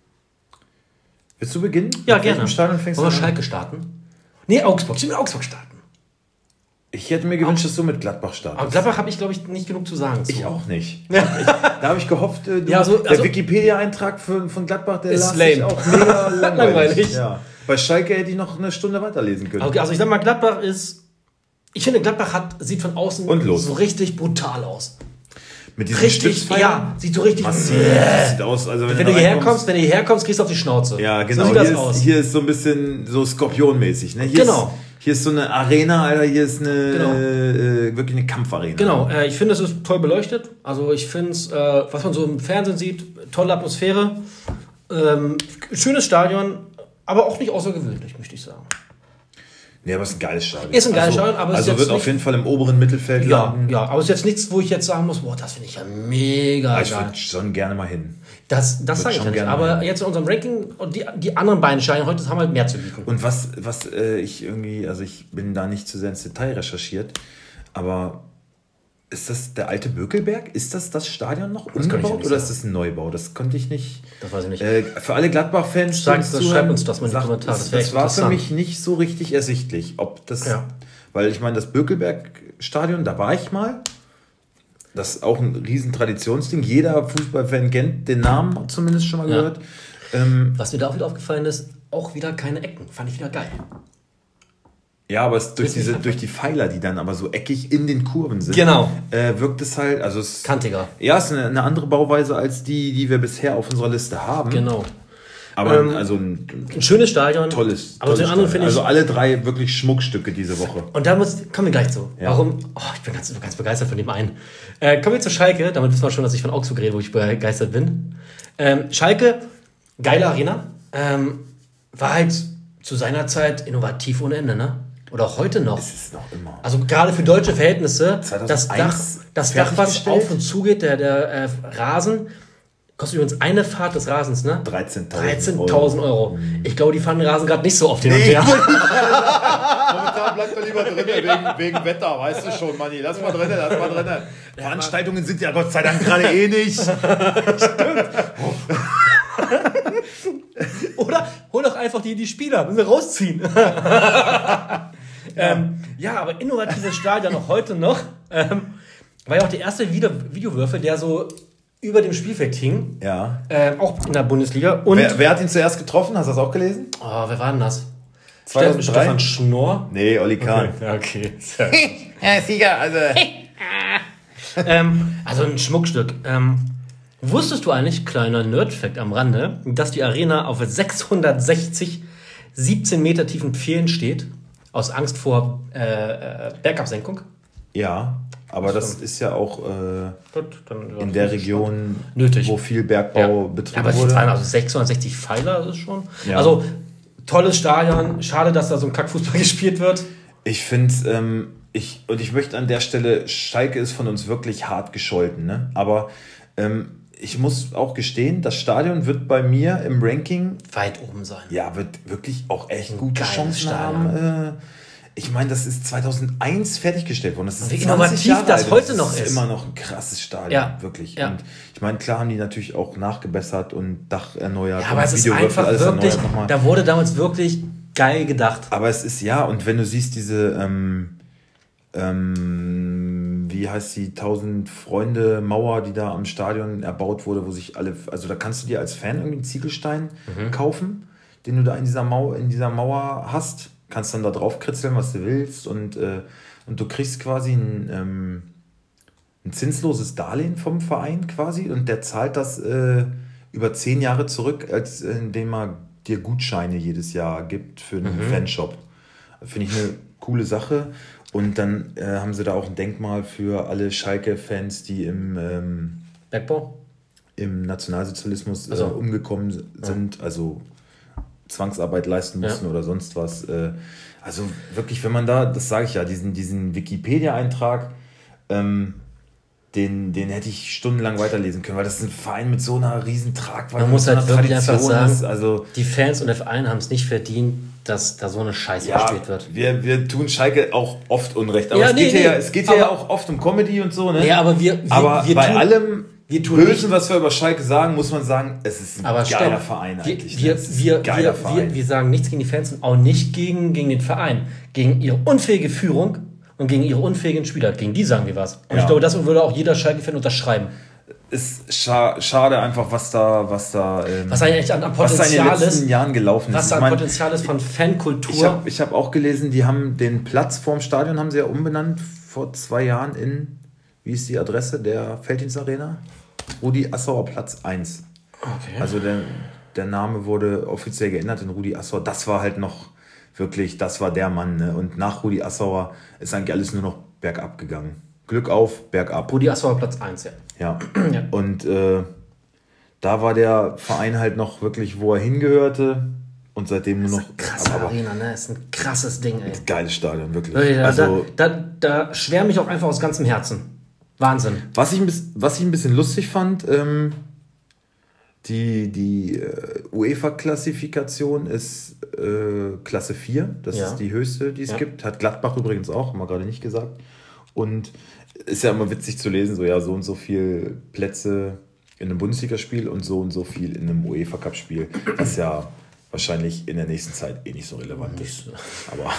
willst du beginnen? Ja, Mit gerne. welchem Stadion fängst Wollen du wir an? Schalke starten? Nee, Augsburg. Ich will mit Augsburg starten. Ich hätte mir gewünscht, dass du mit Gladbach startest. Aber Gladbach habe ich, glaube ich, nicht genug zu sagen. Zu. Ich auch nicht. Ich, da habe ich gehofft, äh, du, Ja, so- der also- Wikipedia-Eintrag für, von Gladbach, der Ist las lame. sich auch mega langweilig. Langweilig. Ja. Bei Schalke hätte ich noch eine Stunde weiterlesen können. Okay, also ich sag mal, Gladbach ist... Ich finde, Gladbach hat, sieht von außen Und los. so richtig brutal aus. Mit diesen Richtig, Stützpfeilern? ja, sieht so richtig... Massiv. Das sieht aus, also wenn, Wenn du du da hierher reinkommst- kommst, wenn du hierher kommst, kriegst du auf die Schnauze. Ja, genau. So sieht das hier, aus. ist, hier ist so ein bisschen so Skorpionmäßig. Ne? Hier Genau. Ist, hier ist so eine Arena, Alter. Hier ist eine Genau. äh, wirklich eine Kampfarena. Genau, äh, ich finde, es ist toll beleuchtet. Also ich finde es, äh, was man so im Fernsehen sieht, tolle Atmosphäre. Ähm, schönes Stadion, aber auch nicht außergewöhnlich, möchte ich sagen. Nee, aber es ist ein geiles Stadion. Ist ein geiles also, Stadion, aber es ist Also jetzt wird auf nicht- jeden Fall im oberen Mittelfeld Ja, landen. ja, aber es ist jetzt nichts, wo ich jetzt sagen muss, boah, das finde ich ja mega Aber ich geil. würde schon gerne mal hin. Das, das sage ich schon ja nicht. gerne Aber mal. jetzt in unserem Ranking und die, die anderen beiden Stadien heute haben halt mehr zu bieten. Und was, was äh, ich irgendwie, also ich bin da nicht zu sehr ins Detail recherchiert, aber ist das der alte Bökelberg? Ist das das Stadion noch kann ich ja umgebaut nicht oder sagen. ist das ein Neubau? Das konnte ich nicht. Das weiß ich nicht. Äh, für alle Gladbach-Fans, Sag- die uns das- zuhören, schreibt uns das mal in die sagt, Kommentare, das Das, wär das echt war für interessant. mich nicht so richtig ersichtlich, ob das, Ja. weil ich meine, das Bökelberg-Stadion, da war ich mal. Das ist auch ein riesen Traditionsding. Jeder Fußballfan kennt den Namen zumindest schon mal Ja. gehört. Ähm, Was mir da auch wieder aufgefallen ist, auch wieder keine Ecken. Fand ich wieder geil. Ja, aber es durch, Richtig diese, einfach. durch die Pfeiler, die dann aber so eckig in den Kurven sind, Genau. äh, wirkt es halt, also es Kantiger. ja, es ist eine, eine andere Bauweise als die, die wir bisher auf unserer Liste haben. Genau. Aber Ähm, also ein Ein schönes Stadion. tolles, Aber tolles den anderen Stadion. finde ich. Also alle drei wirklich Schmuckstücke diese Woche. Und da muss, kommen wir gleich zu. Ja. Warum? Oh, ich bin ganz, ganz begeistert von dem einen. Äh, kommen wir zu Schalke. Damit wissen wir schon, dass ich von Augsburg rede, wo ich begeistert bin. Ähm, Schalke, geile Arena. Ähm, war halt zu seiner Zeit innovativ ohne Ende, ne? Oder auch heute noch. Es ist noch immer. Also gerade für deutsche Verhältnisse, das Dach, zweitausendeins das Dach, was fertiggestellt? auf und zu geht, der, der äh, Rasen, kostet übrigens eine Fahrt des Rasens, ne? dreizehntausend dreizehntausend Euro. Ich glaube, die fahren den Rasen gerade nicht so oft hin und Nee. her. Momentan bleibt er lieber drin, wegen, wegen Wetter, weißt du schon, Manni. Lass mal drin, lass mal drin. Veranstaltungen sind ja Gott sei Dank gerade eh nicht. Oder hol doch einfach die, die Spieler, müssen wir rausziehen. ähm, ja, aber innovatives Stadion auch heute noch. Ähm, war ja auch der erste Video Videowürfel, der so über dem Spielfeld hing. Ja. Ähm, auch in der Bundesliga. Und, Wer, wer hat ihn zuerst getroffen? Hast du das auch gelesen? oh, wer war denn das? zweitausenddrei? Stefan Schnorr. Nee, Oli Kahn. Ja, okay. Ja, Sieger, also. ähm, also ein Schmuckstück. Ähm, wusstest du eigentlich, kleiner Nerd-Fact am Rande, dass die Arena auf sechshundertsechzig, siebzehn Meter tiefen Pfählen steht? Aus Angst vor äh, äh, Bergabsenkung? Ja, aber das ist ja auch äh, Gut, dann in der Region, nötig. wo viel Bergbau Ja. betrieben Ja, aber wurde. vor allem also sechshundertsechzig Pfeiler, das ist schon. Ja. Also tolles Stadion. Schade, dass da so ein Kackfußball gespielt wird. Ich finde, ähm, ich, und ich möchte an der Stelle, Schalke ist von uns wirklich hart gescholten, ne? Aber ähm, ich muss auch gestehen, das Stadion wird bei mir im Ranking weit oben sein. Ja, wird wirklich auch echt ein gute Chancen haben. Äh, ich meine, das ist zweitausendeins fertiggestellt worden. Das ist wie innovativ das alt. heute das noch ist. ist. Immer noch ein krasses Stadion, ja. wirklich. Ja. Und ich meine, klar haben die natürlich auch nachgebessert und Dach erneuert. Ja, aber es ist einfach alles wirklich, da wurde damals wirklich geil gedacht. Aber es ist ja, und wenn du siehst diese, ähm, ähm, wie heißt die, tausend Freunde Mauer, die da am Stadion erbaut wurde, wo sich alle, also da kannst du dir als Fan irgendwie einen Ziegelstein mhm. kaufen, den du da in dieser Mauer, in dieser Mauer hast, kannst dann da drauf kritzeln, was du willst und, äh, und du kriegst quasi ein, ähm, ein zinsloses Darlehen vom Verein quasi und der zahlt das äh, über zehn Jahre zurück, als äh, indem er dir Gutscheine jedes Jahr gibt für einen mhm. Fanshop. Finde ich eine coole Sache. Und dann äh, haben sie da auch ein Denkmal für alle Schalke-Fans, die im, ähm, Bergbau? im Nationalsozialismus also. äh, umgekommen sind, ja. also Zwangsarbeit leisten mussten ja. oder sonst was. Äh, also wirklich, wenn man da, das sage ich ja, diesen, diesen Wikipedia-Eintrag, ähm, den, den hätte ich stundenlang weiterlesen können, weil das ist ein Verein mit so einer riesen Tragweite. Man muss halt so wirklich einfach sagen, ist, also die Fans und der Verein haben es nicht verdient, dass da so eine Scheiße ja, gespielt wird. Wir, wir tun Schalke auch oft Unrecht, aber ja, es nee, geht nee, ja, es geht ja auch oft um Comedy und so, ne? Ja, aber wir, wir, aber wir bei tun, allem wir tun Bösen, nicht, was wir über Schalke sagen, muss man sagen, es ist ein aber geiler stopp, Verein wir, eigentlich. Wir, ne? wir, geiler wir, Verein. wir, wir sagen nichts gegen die Fans und auch nicht gegen, gegen den Verein. Gegen ihre unfähige Führung und gegen ihre unfähigen Spieler. Gegen die sagen wir was. Und ja. ich glaube, das würde auch jeder Schalke-Fan unterschreiben. Ist scha- schade einfach, was da, was da, ähm, was eigentlich an, an Potenzial was da in den letzten ist, Jahren gelaufen ist. Was da an ich mein, Potenzial ist von Fankultur. Ich habe ich hab auch gelesen, die haben den Platz vorm Stadion haben sie ja umbenannt vor zwei Jahren in, wie ist die Adresse der Felddienstarena? Rudi Assauer Platz eins. Okay. Also der, der Name wurde offiziell geändert in Rudi Assauer. Das war halt noch wirklich, das war der Mann. Ne? Und nach Rudi Assauer ist eigentlich alles nur noch bergab gegangen. Glück auf, bergab. Rudi Assauer Platz eins, ja. Ja, ja. Und äh, da war der Verein halt noch wirklich, wo er hingehörte. Und seitdem nur noch. Das ist eine krasse aber, Arena, ne? Das ist ein krasses Ding, ey. Geiles Stadion, wirklich. Ja, also, da, da, da schwärme ich auch einfach aus ganzem Herzen. Wahnsinn. Was ich ein bisschen, was ich ein bisschen lustig fand, ähm, die, die äh, UEFA-Klassifikation ist äh, Klasse vier. Das ja. ist die höchste, die es ja. gibt. Hat Gladbach übrigens auch, haben wir gerade nicht gesagt. Und ist ja immer witzig zu lesen, so ja, so und so viel Plätze in einem Bundesligaspiel und so und so viel in einem UEFA-Cup-Spiel, was ja wahrscheinlich in der nächsten Zeit eh nicht so relevant ist. Aber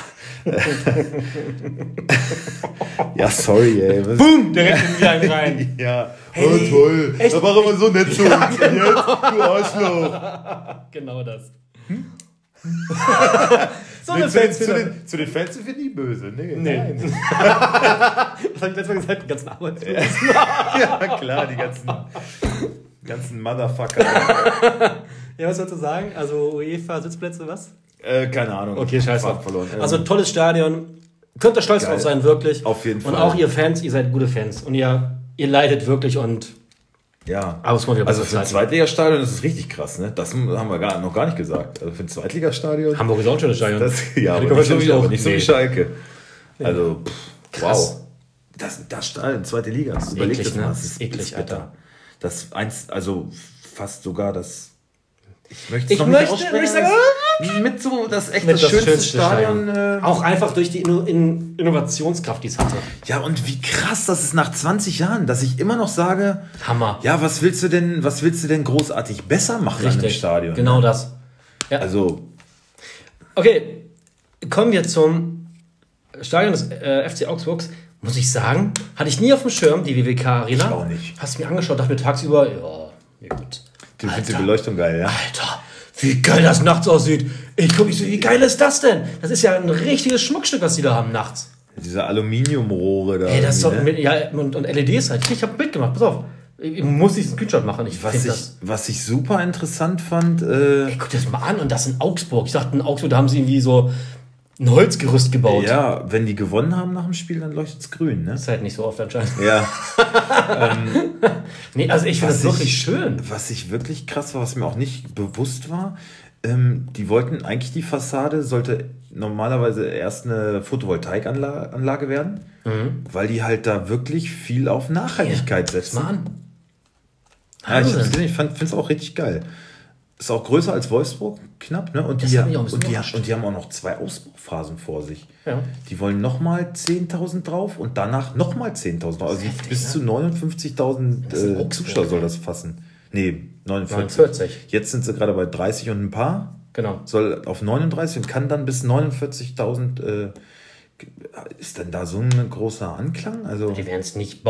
ja, sorry, ey. Was? Boom, direkt in die einen rein. Ja, hey, oh, toll. Echt? Da war immer so nett zu ja, uns. genau. Jetzt, du Arschloch. Genau das. Hm? So nee, zu, den, zu, den, zu den Fans sind wir nie böse. Nee, nee. Nein. Was habe ich letztes Mal gesagt? Die ganzen Arbeitslosen. Ja, klar, die ganzen, ganzen Motherfucker. Ja, was sollst du sagen? Also UEFA, Sitzplätze, was? Äh, keine Ahnung. Okay, scheiße. Verloren. Also tolles Stadion. Könnt ihr stolz drauf sein, wirklich. Auf jeden Fall. Und auch ihr Fans, ihr seid gute Fans. Und ihr, ihr leidet wirklich und... Ja, aber es kommt also für ein Zweitligastadion ist es richtig krass, ne? Das haben wir gar, noch gar nicht gesagt. Also für ein Zweitligastadion. Hamburg ist auch ein schönes Stadion. Das, ja, aber nicht, so wie, aber nicht so wie Schalke. Also, pff, krass. Wow. Das, das Stadion, zweite Liga. Das überlegt das ne? mal. Das ist eklig, Alter. Das eins, also fast sogar das. Ich möchte ich möchte, möchte ich sagen, mit so das echt mit das, das schönste, schönste Stadion. Stadion. Äh, auch einfach durch die Inno- in Innovationskraft, die es hatte. Ja, und wie krass das ist nach zwanzig Jahren, dass ich immer noch sage, Hammer. Ja, was willst du denn, was willst du denn großartig besser machen Richtig. an dem Stadion? Genau ne? das. Ja. Also. Okay, kommen wir zum Stadion des äh, F C Augsburgs. Muss ich sagen, hatte ich nie auf dem Schirm, die W W K-Arena. Ich auch nicht. Hast du mir angeschaut, dachte mir tagsüber, ja, ja gut. Du findest die Beleuchtung geil, ja? Alter, wie geil das nachts aussieht. Ich gucke mich so, wie geil ist das denn? Das ist ja ein richtiges Schmuckstück, was die da haben nachts. Diese Aluminiumrohre da. Ey, das ist doch ne? mit, ja, und, und L E Ds halt. Ich habe ein Bild gemacht, pass auf. Ich muss diesen Screenshot machen. Ich was, ich, das, was ich super interessant fand. Äh, ey, guck dir das mal an. Und das in Augsburg. Ich dachte, in Augsburg, da haben sie irgendwie so ein Holzgerüst gebaut. Ja, wenn die gewonnen haben nach dem Spiel, dann leuchtet es grün, ne? Das ist halt nicht so oft anscheinend. Ja. ähm, nee, also ich finde das wirklich ich, schön. Was ich wirklich krass war, was mir auch nicht bewusst war, ähm, die wollten eigentlich, die Fassade sollte normalerweise erst eine Photovoltaikanlage werden, mhm. weil die halt da wirklich viel auf Nachhaltigkeit ja, setzen. Mal an. Ja, ich, ich finde es auch richtig geil. Ist auch größer als Wolfsburg, knapp, ne? Und, die, und, die, und die haben auch noch zwei Ausbauphasen vor sich. Ja. Die wollen nochmal zehntausend drauf und danach nochmal zehntausend drauf. Also heftig, bis ne? zu neunundfünfzigtausend äh, Zuschauer soll das fassen. Nee, neunundvierzig. neunundvierzig. Jetzt sind sie gerade bei dreißig und ein paar. Genau. Soll auf neununddreißig und kann dann bis neunundvierzigtausend. Äh, ist denn da so ein großer Anklang? Also die werden es nicht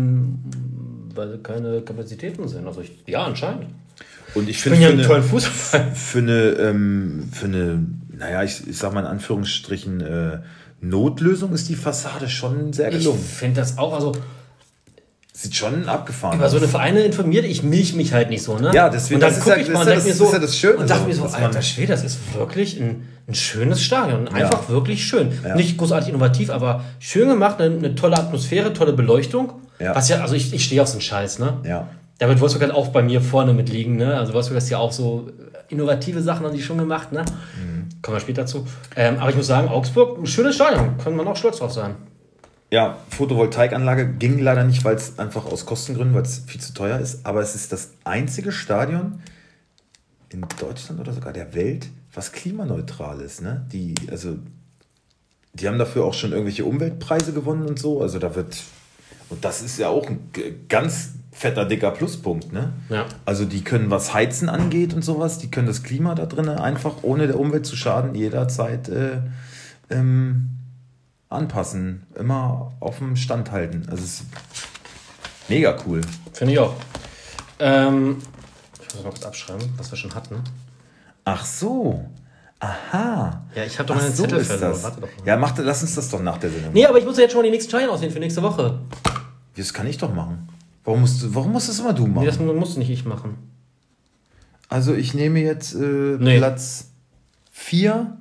bauen, weil keine Kapazitäten sind. Also ich, ja, anscheinend. Und ich finde, ja für, eine, für eine, ähm, für eine, naja, ich, ich sag mal in Anführungsstrichen, äh, Notlösung ist die Fassade schon sehr gelungen. Ich finde das auch, also sieht schon abgefahren über aus. So eine Vereine informiert, ich milch mich halt nicht so, ne? Ja, deswegen und dann das gucke ja, ich mal und denke mir so, ist ja das Schöne, und dachte mir so, alter Schwede, das ist wirklich ein, ein schönes Stadion. Einfach ja. wirklich schön. Ja. Nicht großartig innovativ, aber schön gemacht, eine, eine tolle Atmosphäre, tolle Beleuchtung. Ja. Was ja, also ich, ich stehe auf so einen Scheiß, ne? Ja. Da wird Wolfsburg halt auch bei mir vorne mitliegen, ne? Also Wolfsburg ist ja auch so innovative Sachen haben die schon gemacht, ne? Mhm. Kommen wir später zu. Ähm, aber ich muss sagen, Augsburg, ein schönes Stadion, kann man auch stolz drauf sein. Ja, Photovoltaikanlage ging leider nicht, weil es einfach aus Kostengründen, weil es viel zu teuer ist. Aber es ist das einzige Stadion in Deutschland oder sogar der Welt, was klimaneutral ist, ne? Die, also, die haben dafür auch schon irgendwelche Umweltpreise gewonnen und so. Also da wird, und das ist ja auch ein ganz fetter, dicker Pluspunkt, ne? Ja. Also die können, was Heizen angeht und sowas, die können das Klima da drinnen einfach, ohne der Umwelt zu schaden, jederzeit äh, ähm, anpassen. Immer auf dem Stand halten. Also es ist mega cool. Finde ich auch. Ähm, ich muss mal kurz abschreiben, was wir schon hatten. Ach so. Aha. Ja, ich habe doch meinen so Zettel verloren. Warte doch mal. Ja, mach, lass uns das doch nach der Sendung. Nee, aber ich muss ja jetzt schon mal die nächsten Scheine auswählen für nächste Woche. Das kann ich doch machen. Warum musst du, warum musst das immer du machen? Nee, das musst nicht ich machen. Also ich nehme jetzt äh, nee. Platz vier,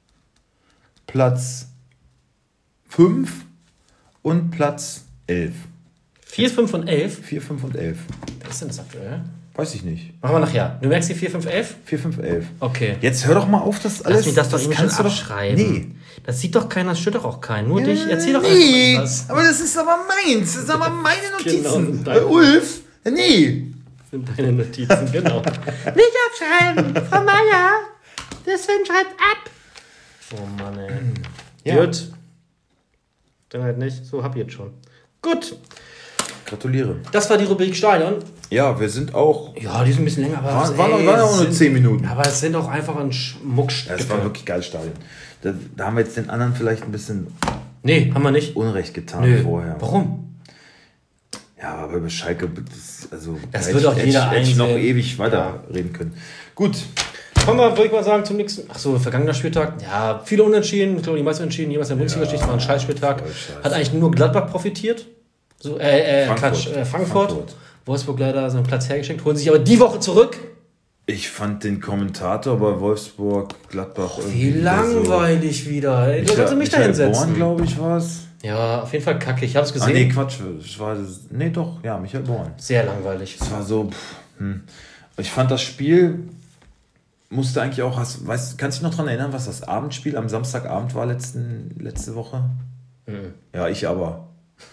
Platz fünf und Platz elf. vier, fünf und elf? vier, fünf und elf. Wer ist denn das aktuell? Weiß ich nicht. Machen wir nachher. Du merkst die vier, fünf, elf? vier, fünf, elf. Okay. Jetzt hör doch mal auf, das alles... Lass mich das doch das kannst schon abschreiben. Doch, nee. Das sieht doch keiner, das stört doch auch keinen. Nur ja, dich. Erzähl doch nee, was. Aber das ist aber meins. Das sind aber meine Notizen. Genau, äh, Ulf? Nee. Das sind deine Notizen, genau. Nicht abschreiben, Frau Meier. Der Sven schreibt ab. Oh Mann, ey. Ja. Gut. Dann halt nicht. So hab ich jetzt schon. Gut. Gratuliere. Das war die Rubrik Stadion. Ja, wir sind auch... Ja, die sind ein bisschen länger. Aber war, waren war auch nur zehn Minuten. Aber es sind auch einfach ein Schmuckstück. Ja, es war wirklich geil Stadion. Da, da haben wir jetzt den anderen vielleicht ein bisschen... Nee, haben wir nicht. Unrecht getan Nö. vorher. Warum? Ja, aber über Schalke... Das, also, das wird auch jeder hätte ich noch ewig weiter ja. reden können. Gut. Kommen wir, würde ich mal sagen, zum nächsten... Achso, vergangener Spieltag. Ja, viele Unentschieden. Ich glaube, die meisten Entschieden. Jemals in der Bundesliga-Geschichte war ein Scheißspieltag. Hat eigentlich nur Gladbach profitiert. So, äh, äh, Frankfurt. Quatsch, äh, Frankfurt. Frankfurt. Wolfsburg leider seinen Platz hergeschenkt, holen sich aber die Woche zurück. Ich fand den Kommentator bei Wolfsburg, Gladbach oh, irgendwie. Wie langweilig so wieder. Ey, du sollst mich da hinsetzen. Born, glaube ich, war es. Ja, auf jeden Fall kacke. Ich habe es gesehen. Ah, nee, Quatsch. Es war, nee, doch, ja, Michael Born. Sehr langweilig. Es war so, pff, hm. Ich fand das Spiel, musste eigentlich auch, hast, weißt, kannst du dich noch daran erinnern, was das Abendspiel am Samstagabend war letzten, letzte Woche? Mhm. Ja, ich aber.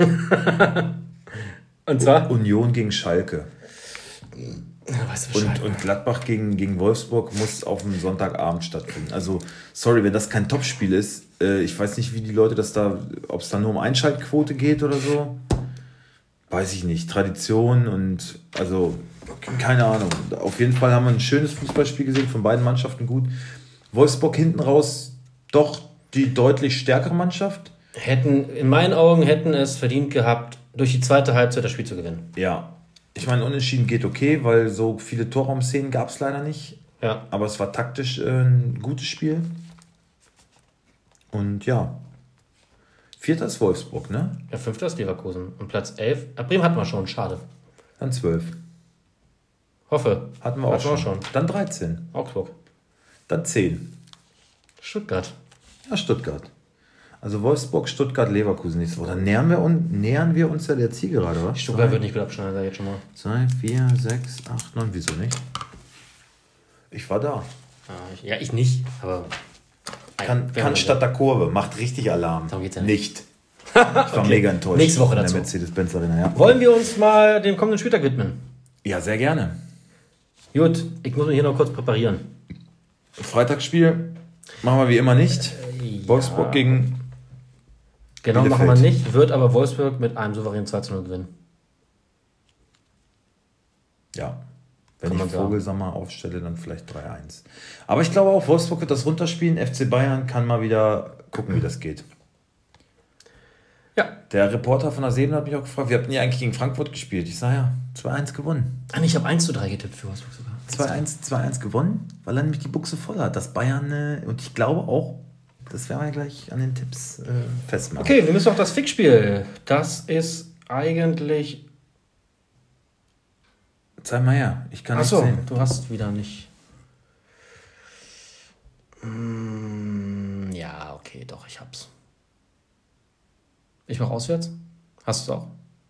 Und zwar? Union gegen Schalke. Ja, weißt du und, und Gladbach gegen, gegen Wolfsburg muss auf dem Sonntagabend stattfinden. Also, sorry, wenn das kein Topspiel ist, äh, ich weiß nicht, wie die Leute das da, ob es da nur um Einschaltquote geht oder so. Weiß ich nicht. Tradition und, also, keine Ahnung. Auf jeden Fall haben wir ein schönes Fußballspiel gesehen, von beiden Mannschaften gut. Wolfsburg hinten raus doch die deutlich stärkere Mannschaft. Hätten, in meinen Augen hätten es verdient gehabt, durch die zweite Halbzeit das Spiel zu gewinnen. Ja. Ich meine, Unentschieden geht okay, weil so viele Torraumszenen gab es leider nicht. Ja. Aber es war taktisch äh, ein gutes Spiel. Und ja. Vierter ist Wolfsburg, ne? Ja, fünfter ist Leverkusen. Und Platz elf. Ja, Bremen hatten wir schon, schade. Dann zwölf. Hoffe. Hatten wir, auch, hatten schon. wir schon. Dann dreizehn. Augsburg. Dann zehn. Stuttgart. Ja, Stuttgart. Also Wolfsburg, Stuttgart, Leverkusen nächste Woche. Dann nähern wir, un- nähern wir uns ja der Zielgerade, was? Stuttgart wird nicht gut abschneiden, sag ich jetzt schon mal. zwei, vier, sechs, acht, neun. Wieso nicht? Ich war da. Ja, ich nicht, aber... Kann, kann statt der Kurve, macht richtig Alarm. Darum geht's ja nicht. Ich war okay. mega enttäuscht. Nächste Woche dazu. Der Mercedes-Benz Arena, ja. Wollen wir uns mal dem kommenden Spieltag widmen? Ja, sehr gerne. Gut, ich muss mich hier noch kurz präparieren. Freitagsspiel machen wir wie immer nicht. Äh, Wolfsburg ja. gegen Genau, Bielefeld. Machen wir nicht. Wird aber Wolfsburg mit einem souveränen zwei zu null gewinnen. Ja. Wenn ich Vogelsammer aufstelle, dann vielleicht drei eins. Aber ich glaube auch, Wolfsburg wird das runterspielen. F C Bayern kann mal wieder gucken, wie das geht. Ja. Der Reporter von der Seelen hat mich auch gefragt, wir hatten ja eigentlich gegen Frankfurt gespielt. Ich sage ja, zwei eins gewonnen. Ah, ich habe eins zu drei getippt für Wolfsburg sogar. zwei eins gewonnen, weil er nämlich die Buchse voll hat. Das Bayern, äh, und ich glaube auch, das werden wir gleich an den Tipps äh, festmachen. Okay, wir müssen noch das Fixspiel. Das ist eigentlich... Zeig mal her, ich kann Achso, nicht sehen. Du hast wieder nicht... Mm, ja, okay, doch, ich hab's. Ich mach auswärts. Hast du es auch?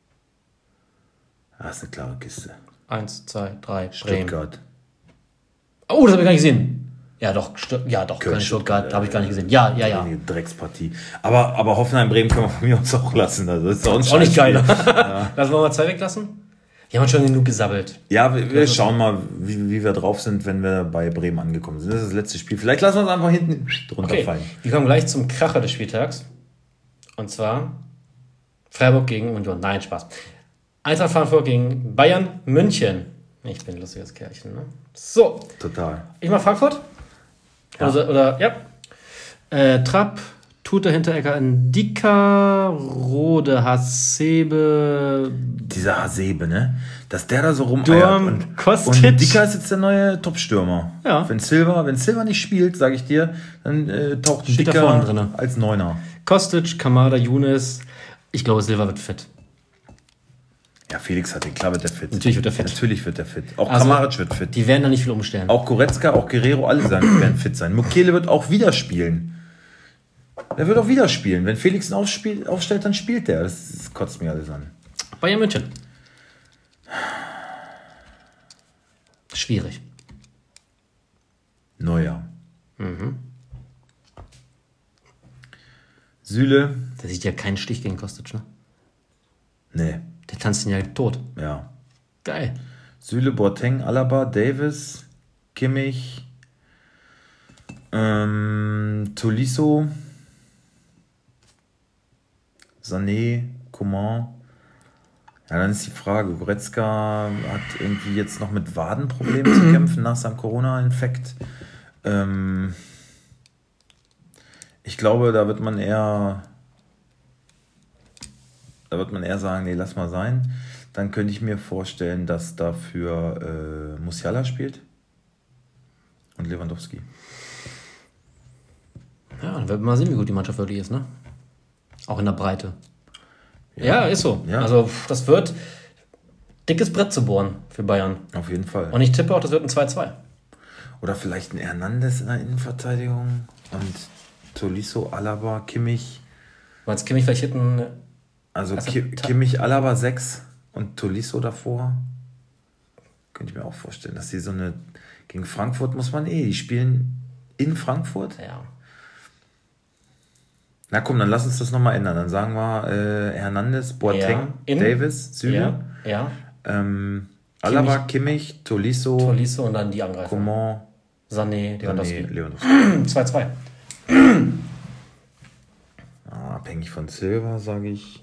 Das ist eine klare Kiste. Eins, zwei, drei, Stuttgart. Oh, das habe ich gar nicht gesehen. Ja, doch, Stutt- ja, doch, Köln, Stuttgart, äh, habe ich gar nicht gesehen. Ja, ja, ja. Dreckspartie. Aber, aber Hoffenheim-Bremen können wir von mir aus auch lassen. Also das ist auch, auch nicht geil. Ja. Lassen wir mal zwei weglassen? Wir haben schon genug gesabbelt. Ja, wir, wir schauen mal, wie, wie wir drauf sind, wenn wir bei Bremen angekommen sind. Das ist das letzte Spiel. Vielleicht lassen wir uns einfach hinten runterfallen. Okay. Wir kommen gleich zum Kracher des Spieltags. Und zwar Freiburg gegen Union. Nein, Spaß. Eintracht Frankfurt gegen Bayern München. Ich bin ein lustiges Kerlchen, ne? So. Total. Ich mach Frankfurt. Ja. Oder, oder ja. Äh, Trapp, Tute, Hinteregger, Ndika, Rode, Hasebe. Dieser Hasebe, ne? Dass der da so rumeiert. Durm, und, Kostic. Und Ndika ist jetzt der neue Top-Stürmer. Ja. Wenn Silva, wenn Silva nicht spielt, sage ich dir, dann äh, taucht Ndika als Neuner. Kostic, Kamada, Younes. Ich glaube, Silva wird fit. Ja, Felix hat den, klar wird der fit. Natürlich wird er fit. Natürlich wird er fit. Auch also, Kramaric wird fit. Die werden da nicht viel umstellen. Auch Goretzka, auch Guerrero, alle sagen, die werden fit sein. Mukiele wird auch wieder spielen. Er wird auch wieder spielen. Wenn Felix ihn aufspiel, aufstellt, dann spielt er. Das, das kotzt mir alles an. Bayern München. Schwierig. Neuer. Mhm. Süle. Der sieht ja keinen Stich gegen Kostic, ne? Nee. Der tanzt ihn ja tot. Ja. Geil. Süle, Boateng, Alaba, Davis, Kimmich, ähm, Tolisso, Sané, Coman. Ja, dann ist die Frage, Goretzka hat irgendwie jetzt noch mit Wadenproblemen zu kämpfen nach seinem Corona-Infekt. Ähm, ich glaube, da wird man eher... Da wird man eher sagen, nee, lass mal sein. Dann könnte ich mir vorstellen, dass dafür äh, Musiala spielt und Lewandowski. Ja, dann werden wir mal sehen, wie gut die Mannschaft wirklich ist, ne? Auch in der Breite. Ja, ja ist so. Ja. Also das wird dickes Brett zu bohren für Bayern. Auf jeden Fall. Und ich tippe auch, das wird ein zwei zwei. Oder vielleicht ein Hernandez in der Innenverteidigung und Tolisso, Alaba, Kimmich. Meinst du, Kimmich vielleicht hinten... Also Ki- Kimmich, Alaba sechs und Tolisso davor. Könnte ich mir auch vorstellen, dass die so eine... Gegen Frankfurt muss man eh, die spielen in Frankfurt. Ja. Na komm, dann lass uns das nochmal ändern. Dann sagen wir äh, Hernandez, Boateng, ja. Davis, Süle. Ja. ja. Ähm, Alaba, Kimmich, Kimmich, Tolisso. Tolisso und dann die Angreifer. Coman. Sané, Lewandowski. Sané, Lewandowski. zwei zwei. ah, abhängig von Silva, sage ich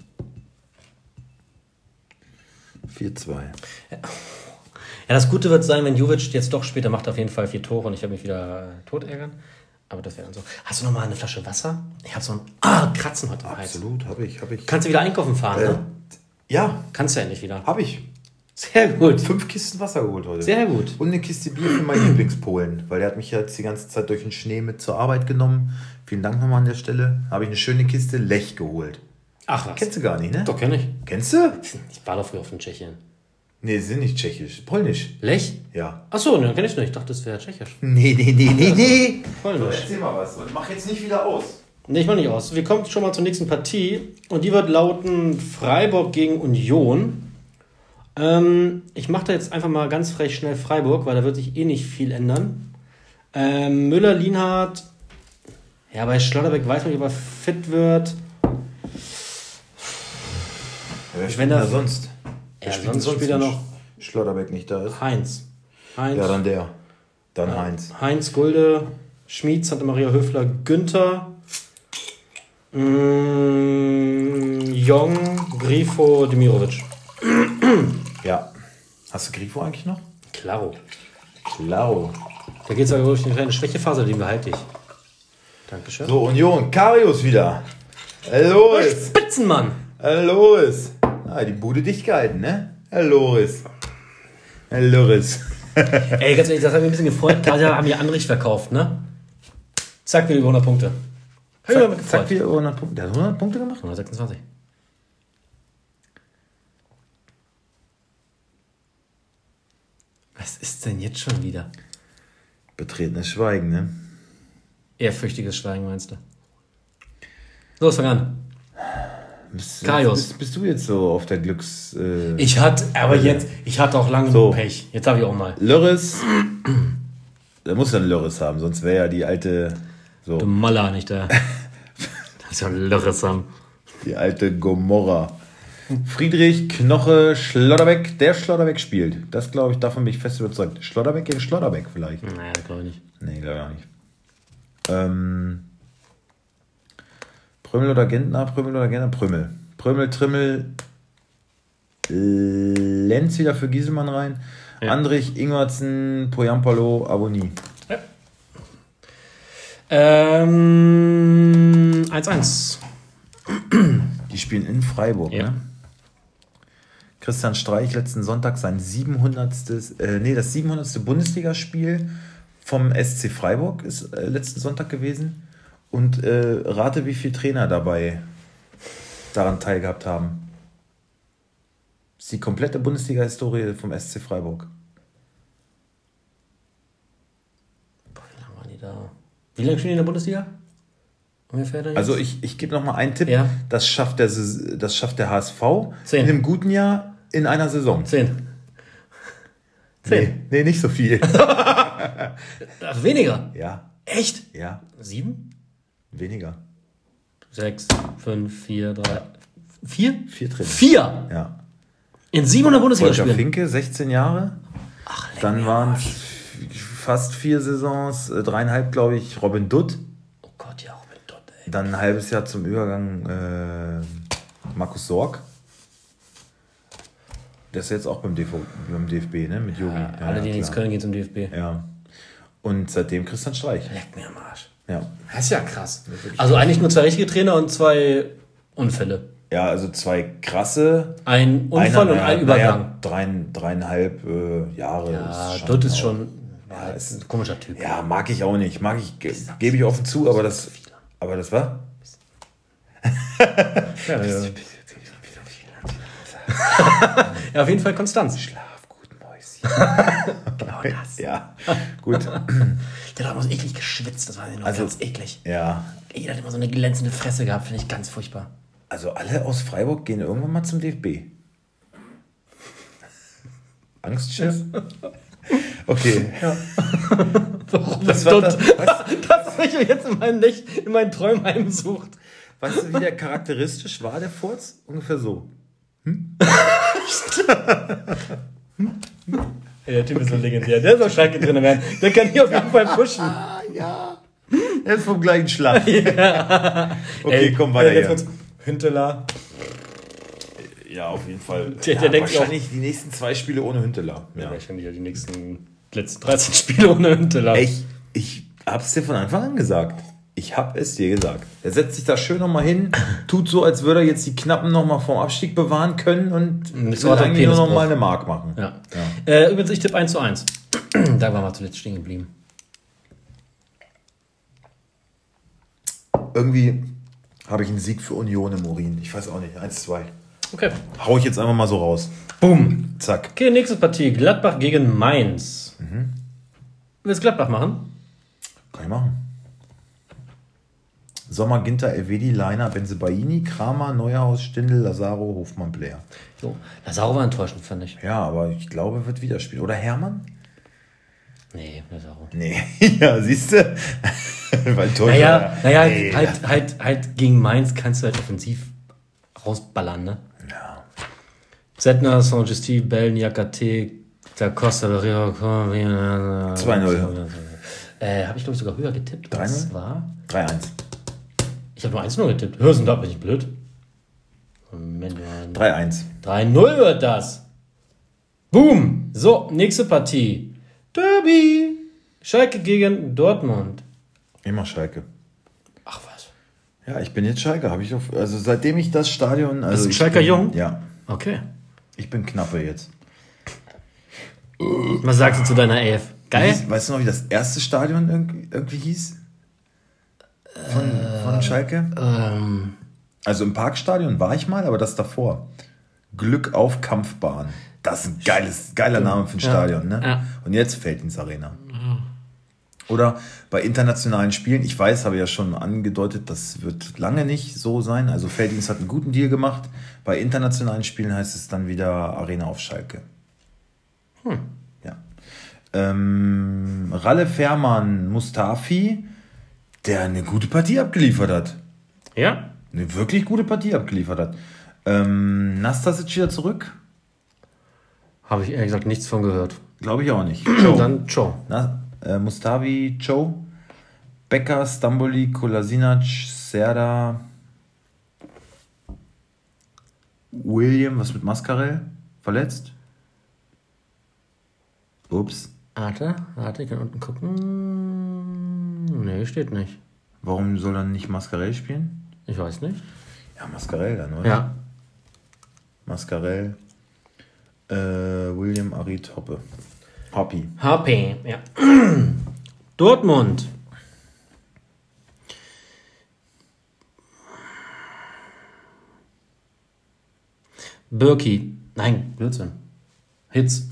vier zwei. Ja. Ja, das Gute wird sein, wenn Jovic jetzt doch später macht, auf jeden Fall vier Tore und ich werde mich wieder äh, tot ärgern. Aber das wäre dann so. Hast du noch mal eine Flasche Wasser? Ich habe so ein ah, Kratzen heute am Hals. Absolut, habe ich, habe ich. Kannst du wieder einkaufen fahren, äh, ne? Ja. Kannst du ja endlich wieder. Habe ich. Sehr gut. Fünf Kisten Wasser geholt heute. Sehr gut. Und eine Kiste Bier für meinen Lieblingspolen, weil der hat mich jetzt die ganze Zeit durch den Schnee mit zur Arbeit genommen. Vielen Dank nochmal an der Stelle. Habe ich eine schöne Kiste Lech geholt. Ach was. Kennst du gar nicht, ne? Doch, kenn ich. Kennst du? Ich war doch früher auf in Tschechien. Nee, sie sind nicht tschechisch. Polnisch. Lech? Ja. Achso, ne, kenn ich nicht. Ich dachte, das wäre tschechisch. Nee, nee, nee, nee, nee. Polnisch. So, erzähl mal was. Und mach jetzt nicht wieder aus. Nee, ich mach nicht aus. Wir kommen schon mal zur nächsten Partie. Und die wird lauten Freiburg gegen Union. Ähm, ich mache da jetzt einfach mal ganz frech schnell Freiburg, weil da wird sich eh nicht viel ändern. Ähm, Müller, Lienhardt. Ja, bei Schlotterbeck weiß man nicht, ob er fit wird. Wer spielt Wenn denn er- da sonst? Wer Ja, spielt sonst denn spielt er wenn noch- Sch- Schlotterbeck nicht da ist? Heinz. Heinz. Ja, dann der. Dann Heinz. Heinz, Gulde, Schmid, Santa Maria Höfler, Günther. Mm, Jong, Grifo, Demirovic. Ja. Hast du Grifo eigentlich noch? Klaro. Klaro. Da geht es aber durch eine kleine Schwächephase, den behalte ich. Dankeschön. So, Union. Karius wieder. Loris. Spitzenmann! Loris. Ah, die Bude dicht gehalten, ne? Loris. Loris. Ey, ganz ehrlich, das hat mich ein bisschen gefreut. Klar, haben wir Anrich verkauft, ne? Zack, wieder über hundert Punkte. Hab ich mich Zack, gefreut. zack, wieder hundert Punkte. Der hat hundert Punkte gemacht? hundertsechsundzwanzig. Was ist denn jetzt schon wieder? Betretenes Schweigen, ne? Ehrfürchtiges Schweigen, meinst du? Los, fang an. Bist, Karius. Bist, bist du jetzt so auf der Glücks... Äh, Ich hatte, aber jetzt, ich hatte auch lange So. genug Pech. Jetzt habe ich auch mal. Lörres. Da muss dann Lörres haben, sonst wäre ja die alte... So, Du Maller, nicht der. Das ist ja ein Lörres haben. die alte Gomorra. Friedrich, Knoche, Schlotterbeck. Der Schlotterbeck spielt. Das glaube ich, davon bin ich fest überzeugt. Schlotterbeck gegen Schlotterbeck vielleicht. Naja, glaube ich nicht. Nee, glaube ich auch nicht. Ähm, Prömel oder Gentner, Prömel oder Gentner, Prömel. Prömel, Trimmel, Lenz wieder für Gieselmann rein. Ja. Andrich, Ingwertsen, Poyampalo, Aboni. Ähm, eins eins. Die spielen in Freiburg, Ja. ne? Christian Streich letzten Sonntag sein siebenhundertstes Äh, nee, das siebenhundertste Bundesligaspiel vom S C Freiburg ist äh, letzten Sonntag gewesen. Und äh, rate, wie viele Trainer dabei daran teilgehabt haben. Das ist die komplette Bundesliga-Historie vom S C Freiburg. Boah, wie lange waren die da? Wie lange spielen die in der Bundesliga? Ungefähr dann jetzt? Also ich, ich gebe noch mal einen Tipp. Ja. Das schafft der, Sis- das schafft der H S V Zehn. in einem guten Jahr in einer Saison. Zehn. Nee, nee, nicht so viel. Ach, weniger. Ja, Echt? ja, Sieben? weniger. Sechs, fünf, vier, drei. Vier? Vier Trainer. Vier! Ja. In siebenhundert Volker Bundesligaspielen. Finke, sechzehn Jahre. Ach, leck Dann mir waren Arsch. es fast vier Saisons, äh, dreieinhalb, glaube ich, Robin Dutt. Oh Gott, ja, Robin Dutt, ey. Dann ein halbes Jahr zum Übergang äh, Markus Sorg. Der ist jetzt auch beim, D V, beim D F B, ne? Mit Jogi. Ja, alle, die klar. ins Köln gehen zum D F B. Ja. Und seitdem Christian Streich. Leck mir am Arsch. Ja. Das ist ja krass. Also eigentlich nur zwei richtige Trainer und zwei Unfälle. Ja, also zwei krasse. Ein Unfall einer, und ein naja, Übergang. Naja, drei, dreieinhalb äh, Jahre. Ja, ist Dutt ist auch- schon Ja, ja, ist- ist ein komischer Typ. Ja, mag ich auch nicht. Mag ich, ge- gebe ich offen zu, aber das. Aber das war? Ja, ja. Ja, auf jeden Fall Konstanz. Schlaf gut, Mäuschen. Genau das. Ja, gut. Der hat auch so eklig geschwitzt, das war noch Also- ganz eklig. Ja. Jeder hat immer so eine glänzende Fresse gehabt, finde ich ganz furchtbar. Also alle aus Freiburg gehen irgendwann mal zum D F B. Angstschiss? Okay. Warum Das das, war das, das- das mich jetzt in meinen, Nächt, in meinen Träumen heimsucht. Weißt du, wie der charakteristisch war, der Furz? Ungefähr so. Ey, der Typ ist so legendär. Der soll Schalke drin werden. Der kann hier auf jeden Fall pushen. Ah, ja. Er ist vom gleichen Schlag. Okay, Ey, komm weiter jetzt hier. wird's Hünteler. Ja, der auf jeden Fall. Der- der ja, denkt sich wahrscheinlich die nächsten zwei Spiele ohne Hünteler. Ja, Ja. wahrscheinlich ja die nächsten letzten dreizehn Spiele ohne Hünteler. Ich, ich hab's dir von Anfang an gesagt. Ich hab es dir gesagt. Er setzt sich da schön nochmal hin, tut so, als würde er jetzt die Knappen nochmal vom Abstieg bewahren können und Das will war der eigentlich nur noch Penisbruch. mal eine Mark machen. Ja. Äh, übrigens, ich tippe eins zu eins. Da waren wir zuletzt stehen geblieben. Irgendwie habe ich einen Sieg für Union im Urin. Ich weiß auch nicht. eins zwei. Okay. Hau ich jetzt einfach mal so raus. Boom. Zack. Okay, nächste Partie. Gladbach gegen Mainz. Mhm. Willst du Gladbach machen? Kann ich machen. Sommer, Ginter, Elvedi, Leiner, Benzebaini, Kramer, Neuhaus, Stindl, Lazaro, Hofmann, Player. Jo. Lazaro war enttäuschend, fand ich. Ja, aber ich glaube, er wird wieder spielen. Oder Hermann? Nee, das auch. Nee, ja, siehst du? Weil Torhüter, Naja, naja nee, halt, halt, halt gegen Mainz kannst du halt offensiv rausballern, ne? Ja. Zettner, Saint-Just, Bell, Niakate, Da Costa, der Rio, zwei null. Äh, habe ich glaube ich sogar höher getippt. drei null? Das war? drei eins. Ich habe nur eins null getippt. Hörst du, da bin ich blöd. Moment mal. drei eins. drei null wird das. Boom. So, nächste Partie. Derby. Schalke gegen Dortmund. Immer Schalke. Ach was. Ja, ich bin jetzt Schalke. Habe ich doch, also seitdem ich das Stadion. Also Bist du ich Schalker bin, Jung? Ja. Okay. Ich bin Knappe jetzt. Was sagst du zu deiner Elf? Geil? Hieß, weißt du noch, wie das erste Stadion irgendwie, irgendwie hieß? Von, äh, von Schalke? Ähm, Also im Parkstadion war ich mal, aber das davor. Glück auf Kampfbahn. Das ist ein geiles, geiler Name für ein Stadion, ne? Ja. Und jetzt Felddienst Arena. Oder bei internationalen Spielen, ich weiß, habe ja schon angedeutet, das wird lange nicht so sein. Also Felddienst hat einen guten Deal gemacht. Bei internationalen Spielen heißt es dann wieder Arena auf Schalke. Hm. Ja. Ähm, Ralle Fährmann Mustafi, der eine gute Partie abgeliefert hat. Ja? Eine wirklich gute Partie abgeliefert hat. Ähm, Nastasic wieder zurück? Habe ich ehrlich gesagt nichts von gehört. Glaube ich auch nicht. Joe. Dann ciao. Na, äh, Mustavi, Joe, Becker, Stamboli, Kolasinac, Serda, William, was mit Mascarell? Verletzt? Ups. Warte, warte, ich kann unten gucken. Nee, steht nicht. Warum soll dann nicht Mascarell spielen? Ich weiß nicht. Ja, Mascarell dann, oder? Ja. Mascarell, äh, William, Arid, Hoppe. Hoppi. H P, ja. Dortmund. Birki. Nein, Blödsinn. Hitz.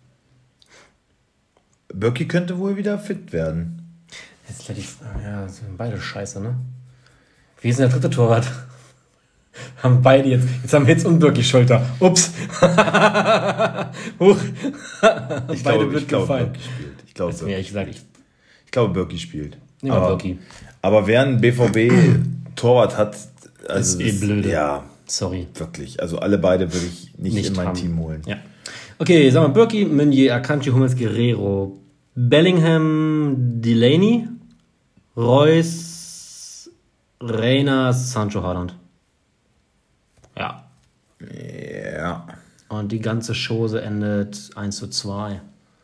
Birki könnte wohl wieder fit werden. Jetzt ist ja die. Ja, das sind beide scheiße, ne? Wie ist denn der dritte Torwart? Haben beide jetzt. Jetzt haben Hitz und Birki Schulter. Ups. Huch. Ich beide glaube, wird ich glaube, gefallen. Birki spielt. Ich glaube, Mir Birki ehrlich gesagt, ich. Ich glaube, Birki spielt. Nehmen wir aber, Birki. aber wer ein B V B-Torwart hat, also Ist eh das- blöde. Ja, Sorry. wirklich. Also alle beide würde ich nicht, Nicht in mein haben. Team holen. Ja. Okay, sagen wir Birki, Meunier, Akanji, Hummels, Guerrero, Bellingham, Delaney, Reus, Reina, Sancho, Haaland. Ja. Ja. Und die ganze Chose endet eins zu zwei.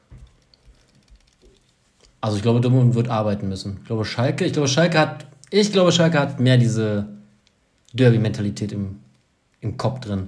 Also ich glaube, Dortmund wird arbeiten müssen. Ich glaube, Schalke, ich glaube, Schalke hat, ich glaube, Schalke hat mehr diese Derby-Mentalität im, im Kopf drin.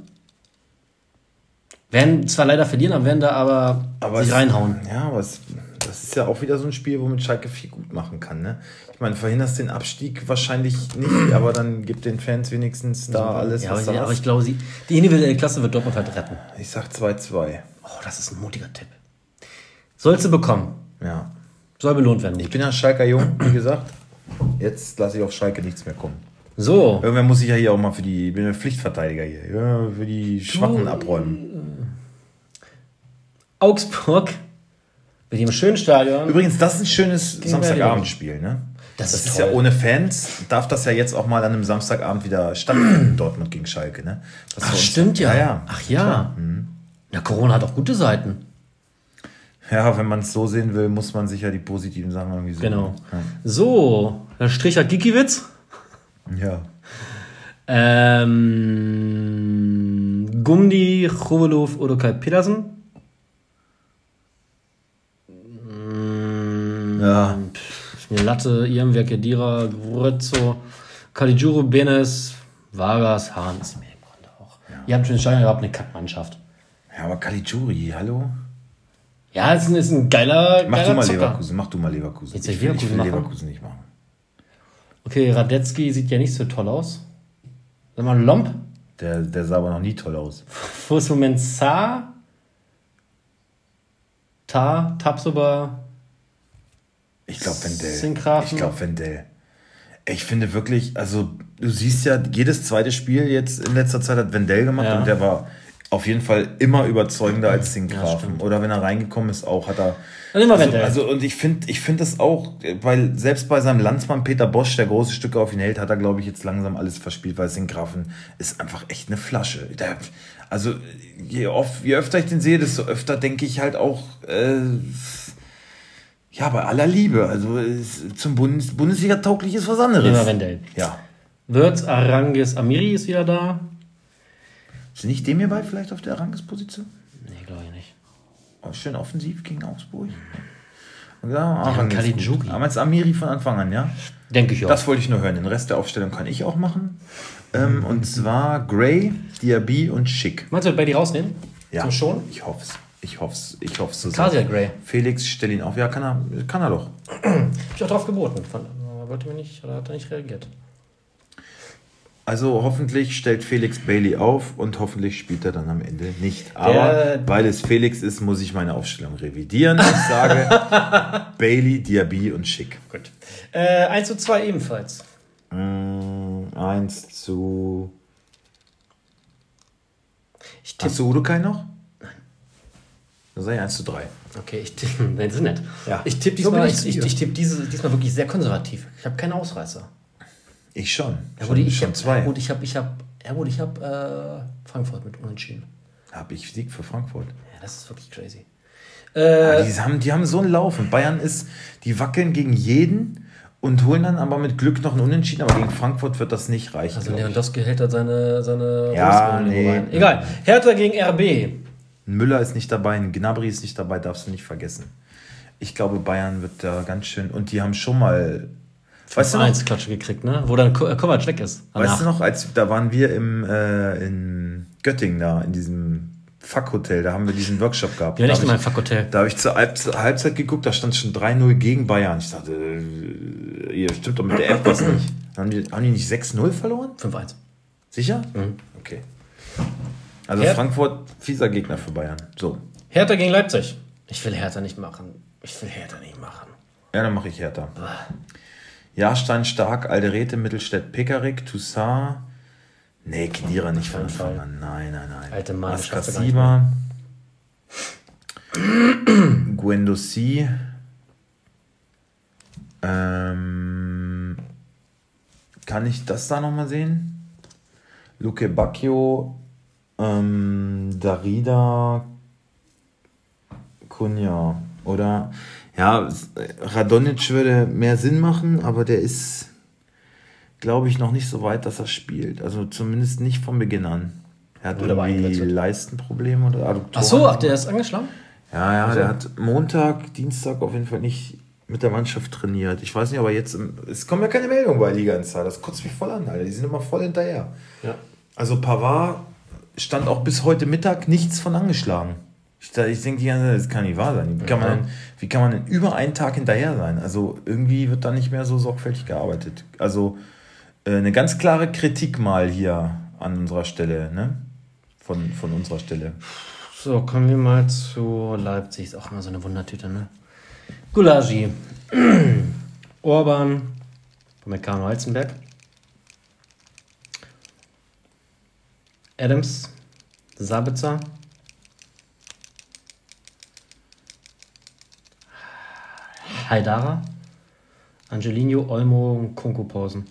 Werden zwar leider verlieren, aber werden da aber, Aber sich es- reinhauen. Ja, aber es, das ist ja auch wieder so ein Spiel, womit Schalke viel gut machen kann. Ne? Ich meine, verhinderst den Abstieg wahrscheinlich nicht, aber dann gibt den Fans wenigstens da alles, Ja, aber, was sie, da aber hast. ich glaube, sie, die individuelle Klasse wird Dortmund halt retten. Ich sag zwei zwei. Oh, das ist ein mutiger Tipp. Sollst du bekommen. Ja. Soll belohnt werden. Ich bin ja Schalker Jung, wie gesagt. Jetzt lasse ich auf Schalke nichts mehr kommen. So, Irgendwann muss ich ja hier auch mal für die, ich bin ja Pflichtverteidiger hier, ja, für die Schwachen abräumen. Augsburg mit dem schönen Stadion. Übrigens, das ist ein schönes Gegen Samstagabendspiel, ne? Das Das ist ist toll. ja ohne Fans, darf das ja jetzt auch mal an einem Samstagabend wieder stattfinden, Dortmund gegen Schalke, ne? Das Ach, war uns- stimmt ja. Ja, ja. Ach ja. Ja, Corona hat auch gute Seiten. Ja, wenn man es so sehen will, muss man sich ja die positiven Sachen irgendwie sehen. Genau. So, Herr Stricher Gikiewicz. Ja. Ähm, Gumdi, Chovelov, Odokai Pedersen. Mm, Ja. pff, ist mir Latte, Iamwer, Kedira, Gruzzo, Caligiuro, Benes, Vargas, Hahn. Ist mir im Grunde auch. Ihr habt schon Stadion gehabt, eine Kackmannschaft. Ja, aber Caligiuri, hallo? Ja, es ist ein, ist ein geiler, Mach geiler du mal Zocker. Leverkusen, mach du mal Leverkusen. Jetzt ich soll will, ich ich will Leverkusen machen? Leverkusen nicht machen. Okay, Radetzky sieht ja nicht so toll aus. Sag mal, Lomp. Der, der sah aber noch nie toll aus. Moment Sa. Ta, Tapsoba. Ich glaube Wendell. Sinkgrafen. Ich glaube Wendell. Ich finde wirklich, also du siehst ja, jedes zweite Spiel jetzt in letzter Zeit hat Wendell gemacht Ja. und der war auf jeden Fall immer überzeugender als den Ja, Grafen. stimmt. Oder wenn er reingekommen ist, auch hat er. Und immer Also, Wendell. also und ich finde, ich finde das auch, weil selbst bei seinem Landsmann Peter Bosch, der große Stücke auf ihn hält, hat er, glaube ich, jetzt langsam alles verspielt, weil es den Grafen ist einfach echt eine Flasche. Der, also je, oft, je öfter ich den sehe, desto öfter denke ich halt auch, äh, ja, bei aller Liebe, also es- zum Bundes Bundesliga tauglich ist was anderes. Immer Wendell. Ja. Wirtz, Arangis, Amiri ist wieder da. Ist nicht dem hierbei vielleicht auf der Rangesposition? Nee, glaube ich nicht. Oh, schön offensiv gegen Augsburg. Und ja, Arangis Caligiuri. gut. Aber jetzt Amiri von Anfang an, ja? Denke ich auch. Das wollte ich nur hören. Den Rest der Aufstellung kann ich auch machen. Ähm, und zwar Gray, Diaby und Schick. Meinst du, Bailey rausnehmen? Ja, Zum Schon? ich hoffe es. Ich hoffe es. Ich hoffe es so Kasia sehr. Gray. Felix, stell ihn auf. Ja, kann er, kann er doch. Hab ich auch drauf geboten. Von, aber wollte mir nicht, oder hat er nicht reagiert? Also hoffentlich stellt Felix Bailey auf und hoffentlich spielt er dann am Ende nicht. Aber Der- weil es Felix ist, muss ich meine Aufstellung revidieren. Ich sage Bailey, Diaby und Schick. Gut. Äh, eins zu zwei ebenfalls. Mm, eins zu... Ich tippe. Hast du Udokai noch? Nein. Dann sage ich eins zu drei. Okay, ich tippe. Das ist nett. Ja. Ich tippe So bin diesmal, ich ich, zu ich, dir. ich tippe diese, diesmal wirklich sehr konservativ. Ich habe keine Ausreißer. Ich schon. Ja, schon, gut, ich schon hab, zwei. Ja, gut, ich habe, ich habe, ja gut, ich habe äh, Frankfurt mit Unentschieden. Habe ich Sieg für Frankfurt. Ja, das ist wirklich crazy. Ja, Äh, die, haben, die haben so einen Lauf. Und Bayern ist, die wackeln gegen jeden und holen dann aber mit Glück noch einen Unentschieden. Aber gegen Frankfurt wird das nicht reichen. also glaub ich. Lewandowski hält da seine, seine Ja, Rosinen nee. rein. Egal. Hertha gegen R B. Ein Müller ist nicht dabei, ein Gnabry ist nicht dabei, darfst du nicht vergessen. Ich glaube, Bayern wird da ganz schön. Und die haben schon mal. Weißt du noch, eins Klatsche gekriegt, ne? Wo dann Ko- äh, Kovac weg ist. weißt du noch, als da waren wir im, äh, in Göttingen da, in diesem Fuck-Hotel, da haben wir diesen Workshop gehabt. Ja, Da nicht hab in meinem ich- Fuck-Hotel. Da habe ich zur Halb Halbzeit geguckt, da stand schon drei null gegen Bayern. Ich dachte, äh, ihr stimmt doch mit der App was nicht. Haben die, haben die nicht sechs null verloren? fünf eins. Sicher? Mhm. Okay. Also Her- Frankfurt, fieser Gegner für Bayern. So. Hertha gegen Leipzig. Ich will Hertha nicht machen. Ich will Hertha nicht machen. Ja, dann mache ich Hertha. Jahrstein, Stark, Alderete, Mittelstädt, Pekarik, Toussaint. Nee, Knierer nicht von keinen Anfang Fall. an. Nein, nein, nein. Alter Mann, das schaffst du gar Askasiba. Guendouzi. Ähm, kann ich das da nochmal sehen? Luke Bacchio, ähm, Darida, Kunja. Oder, ja, Radonic würde mehr Sinn machen, aber der ist, glaube ich, noch nicht so weit, dass er spielt. Also zumindest nicht von Beginn an. Er hat Wurde aber irgendwie eingewechselt. Leistenprobleme oder Adduktoren. Ach so, ach, der ist angeschlagen? Ja, ja, Also- der hat Montag, Dienstag auf jeden Fall nicht mit der Mannschaft trainiert. Ich weiß nicht, aber jetzt, im, es kommen ja keine Meldungen bei Liga Insider. Das kotzt mich voll an, Alter. Die sind immer voll hinterher. Ja. Also Pavard stand auch bis heute Mittag nichts von angeschlagen. Ich, da- ich denke die ganze Zeit, das kann nicht wahr sein. Wie kann, man denn, wie kann man denn über einen Tag hinterher sein? Also irgendwie wird da nicht mehr so sorgfältig gearbeitet. Also äh, eine ganz klare Kritik mal hier an unserer Stelle, ne? Von, von unserer Stelle. So, kommen wir mal zu Leipzig. Ist auch immer so eine Wundertüte, ne? Gulagi. Orban. Meccano Halzenberg. Adams. Sabitzer. Haidara. Angelino, Olmo und Kunku Pausen.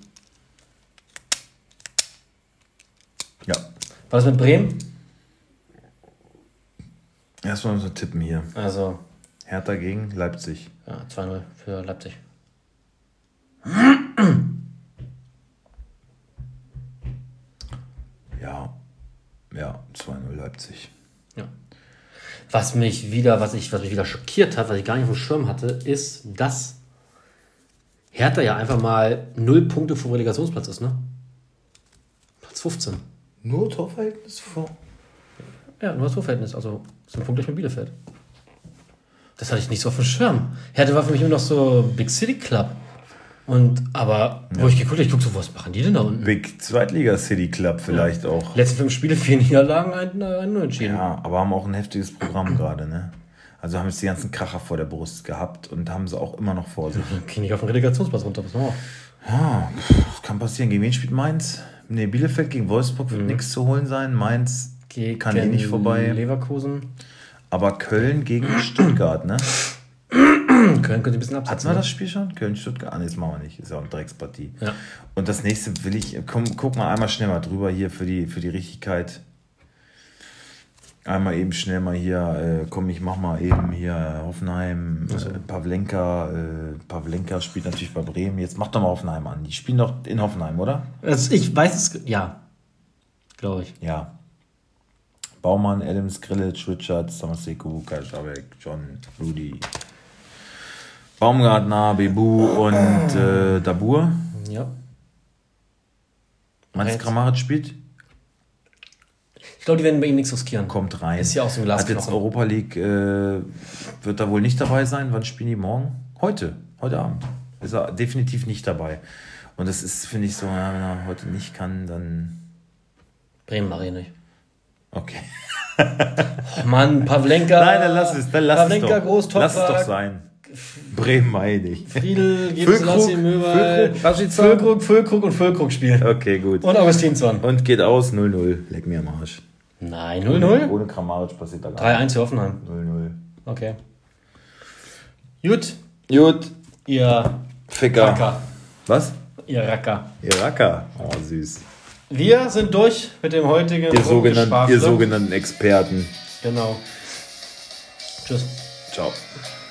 Ja. Was mit Bremen? Erstmal so tippen hier. Also, Hertha gegen Leipzig. ja, zwei null für Leipzig. Ja. Ja, zwei null Leipzig. Ja. Was mich wieder, was ich, was mich wieder schockiert hat, was ich gar nicht auf dem Schirm hatte, ist, dass Hertha ja einfach mal null Punkte vom Relegationsplatz ist, ne? Platz fünfzehn. Nur Torverhältnis vor. Ja, nur das Torverhältnis, also sind punktgleich mit Bielefeld. Das hatte ich nicht so auf dem Schirm. Hertha war für mich immer noch so Big City Club. Und, aber, wo ich geguckt habe, ich gucke so, was machen die denn da unten? Big Zweitliga City Club vielleicht auch. Letzte fünf Spiele, vier Niederlagen, ein, ein Unentschieden. Ja, aber haben auch ein heftiges Programm gerade, ne? Also haben jetzt die ganzen Kracher vor der Brust gehabt und haben sie auch immer noch vor sich. Kriege nicht auf den Relegationsplatz runter, pass mal auf. Ja, pff, das kann passieren. Gegen wen spielt Mainz? Ne, Bielefeld gegen Wolfsburg wird nichts zu holen sein. Mainz Gegen kann eh nicht vorbei. Leverkusen. Aber Köln gegen Stuttgart, ne? Köln könnte ein bisschen absetzen. Hatten wir das Spiel schon? Köln-Stuttgart? Ah, nee, das machen wir nicht. Ist ja auch eine Dreckspartie. Ja. Und das nächste will ich, komm, guck mal einmal schnell mal drüber hier für die, für die Richtigkeit. Einmal eben schnell mal hier, äh, komm, ich mach mal eben hier Hoffenheim, Also. äh, Pavlenka, äh, Pavlenka spielt natürlich bei Bremen. Jetzt mach doch mal Hoffenheim an. Die spielen doch in Hoffenheim, oder? Also ich weiß es, ja. Glaube ich. Ja. Baumann, Adams, Grillitsch, Richards, Samaseku, Kajaschabek, John, Rudi, Baumgartner, Bebu und äh, Dabur. Ja. Meinst du, Jetzt. Kramaric spielt? Ich glaube, die werden bei ihm nichts riskieren. Kommt rein. Ist ja auch so ein Hat jetzt Glasknochen. Europa League, äh, wird da wohl nicht dabei sein. Wann spielen die morgen? Heute. Heute Abend. Ist er definitiv nicht dabei. Und das ist, finde ich so, ja, wenn er heute nicht kann, dann... Bremen mache ich nicht. Okay. Oh Mann, Pavlenka. Nein, dann lass es, dann lass Pavlenka, es doch. Groß, Lass es doch Toprak, sein. Bremen meine ich. Friedel, Gebeselassie, Möber, Füllkrug, Rashica. Füllkrug, Füllkrug und Füllkrug spielen. Okay, gut. Und Augustinsson. Und geht aus null null. Leck mir am Arsch. Nein, null null? Ohne Kramaric passiert da gar drei eins für Hoffenheim. nichts. null null. Okay. Gut, Gut. ihr Ficker. Racker. Was? Ihr Racker. Ihr Racker. Oh, süß. Wir sind durch mit dem heutigen Ihr sogenannten, Rumgeschwafle. ihr sogenannten Experten. Genau. Tschüss. Ciao.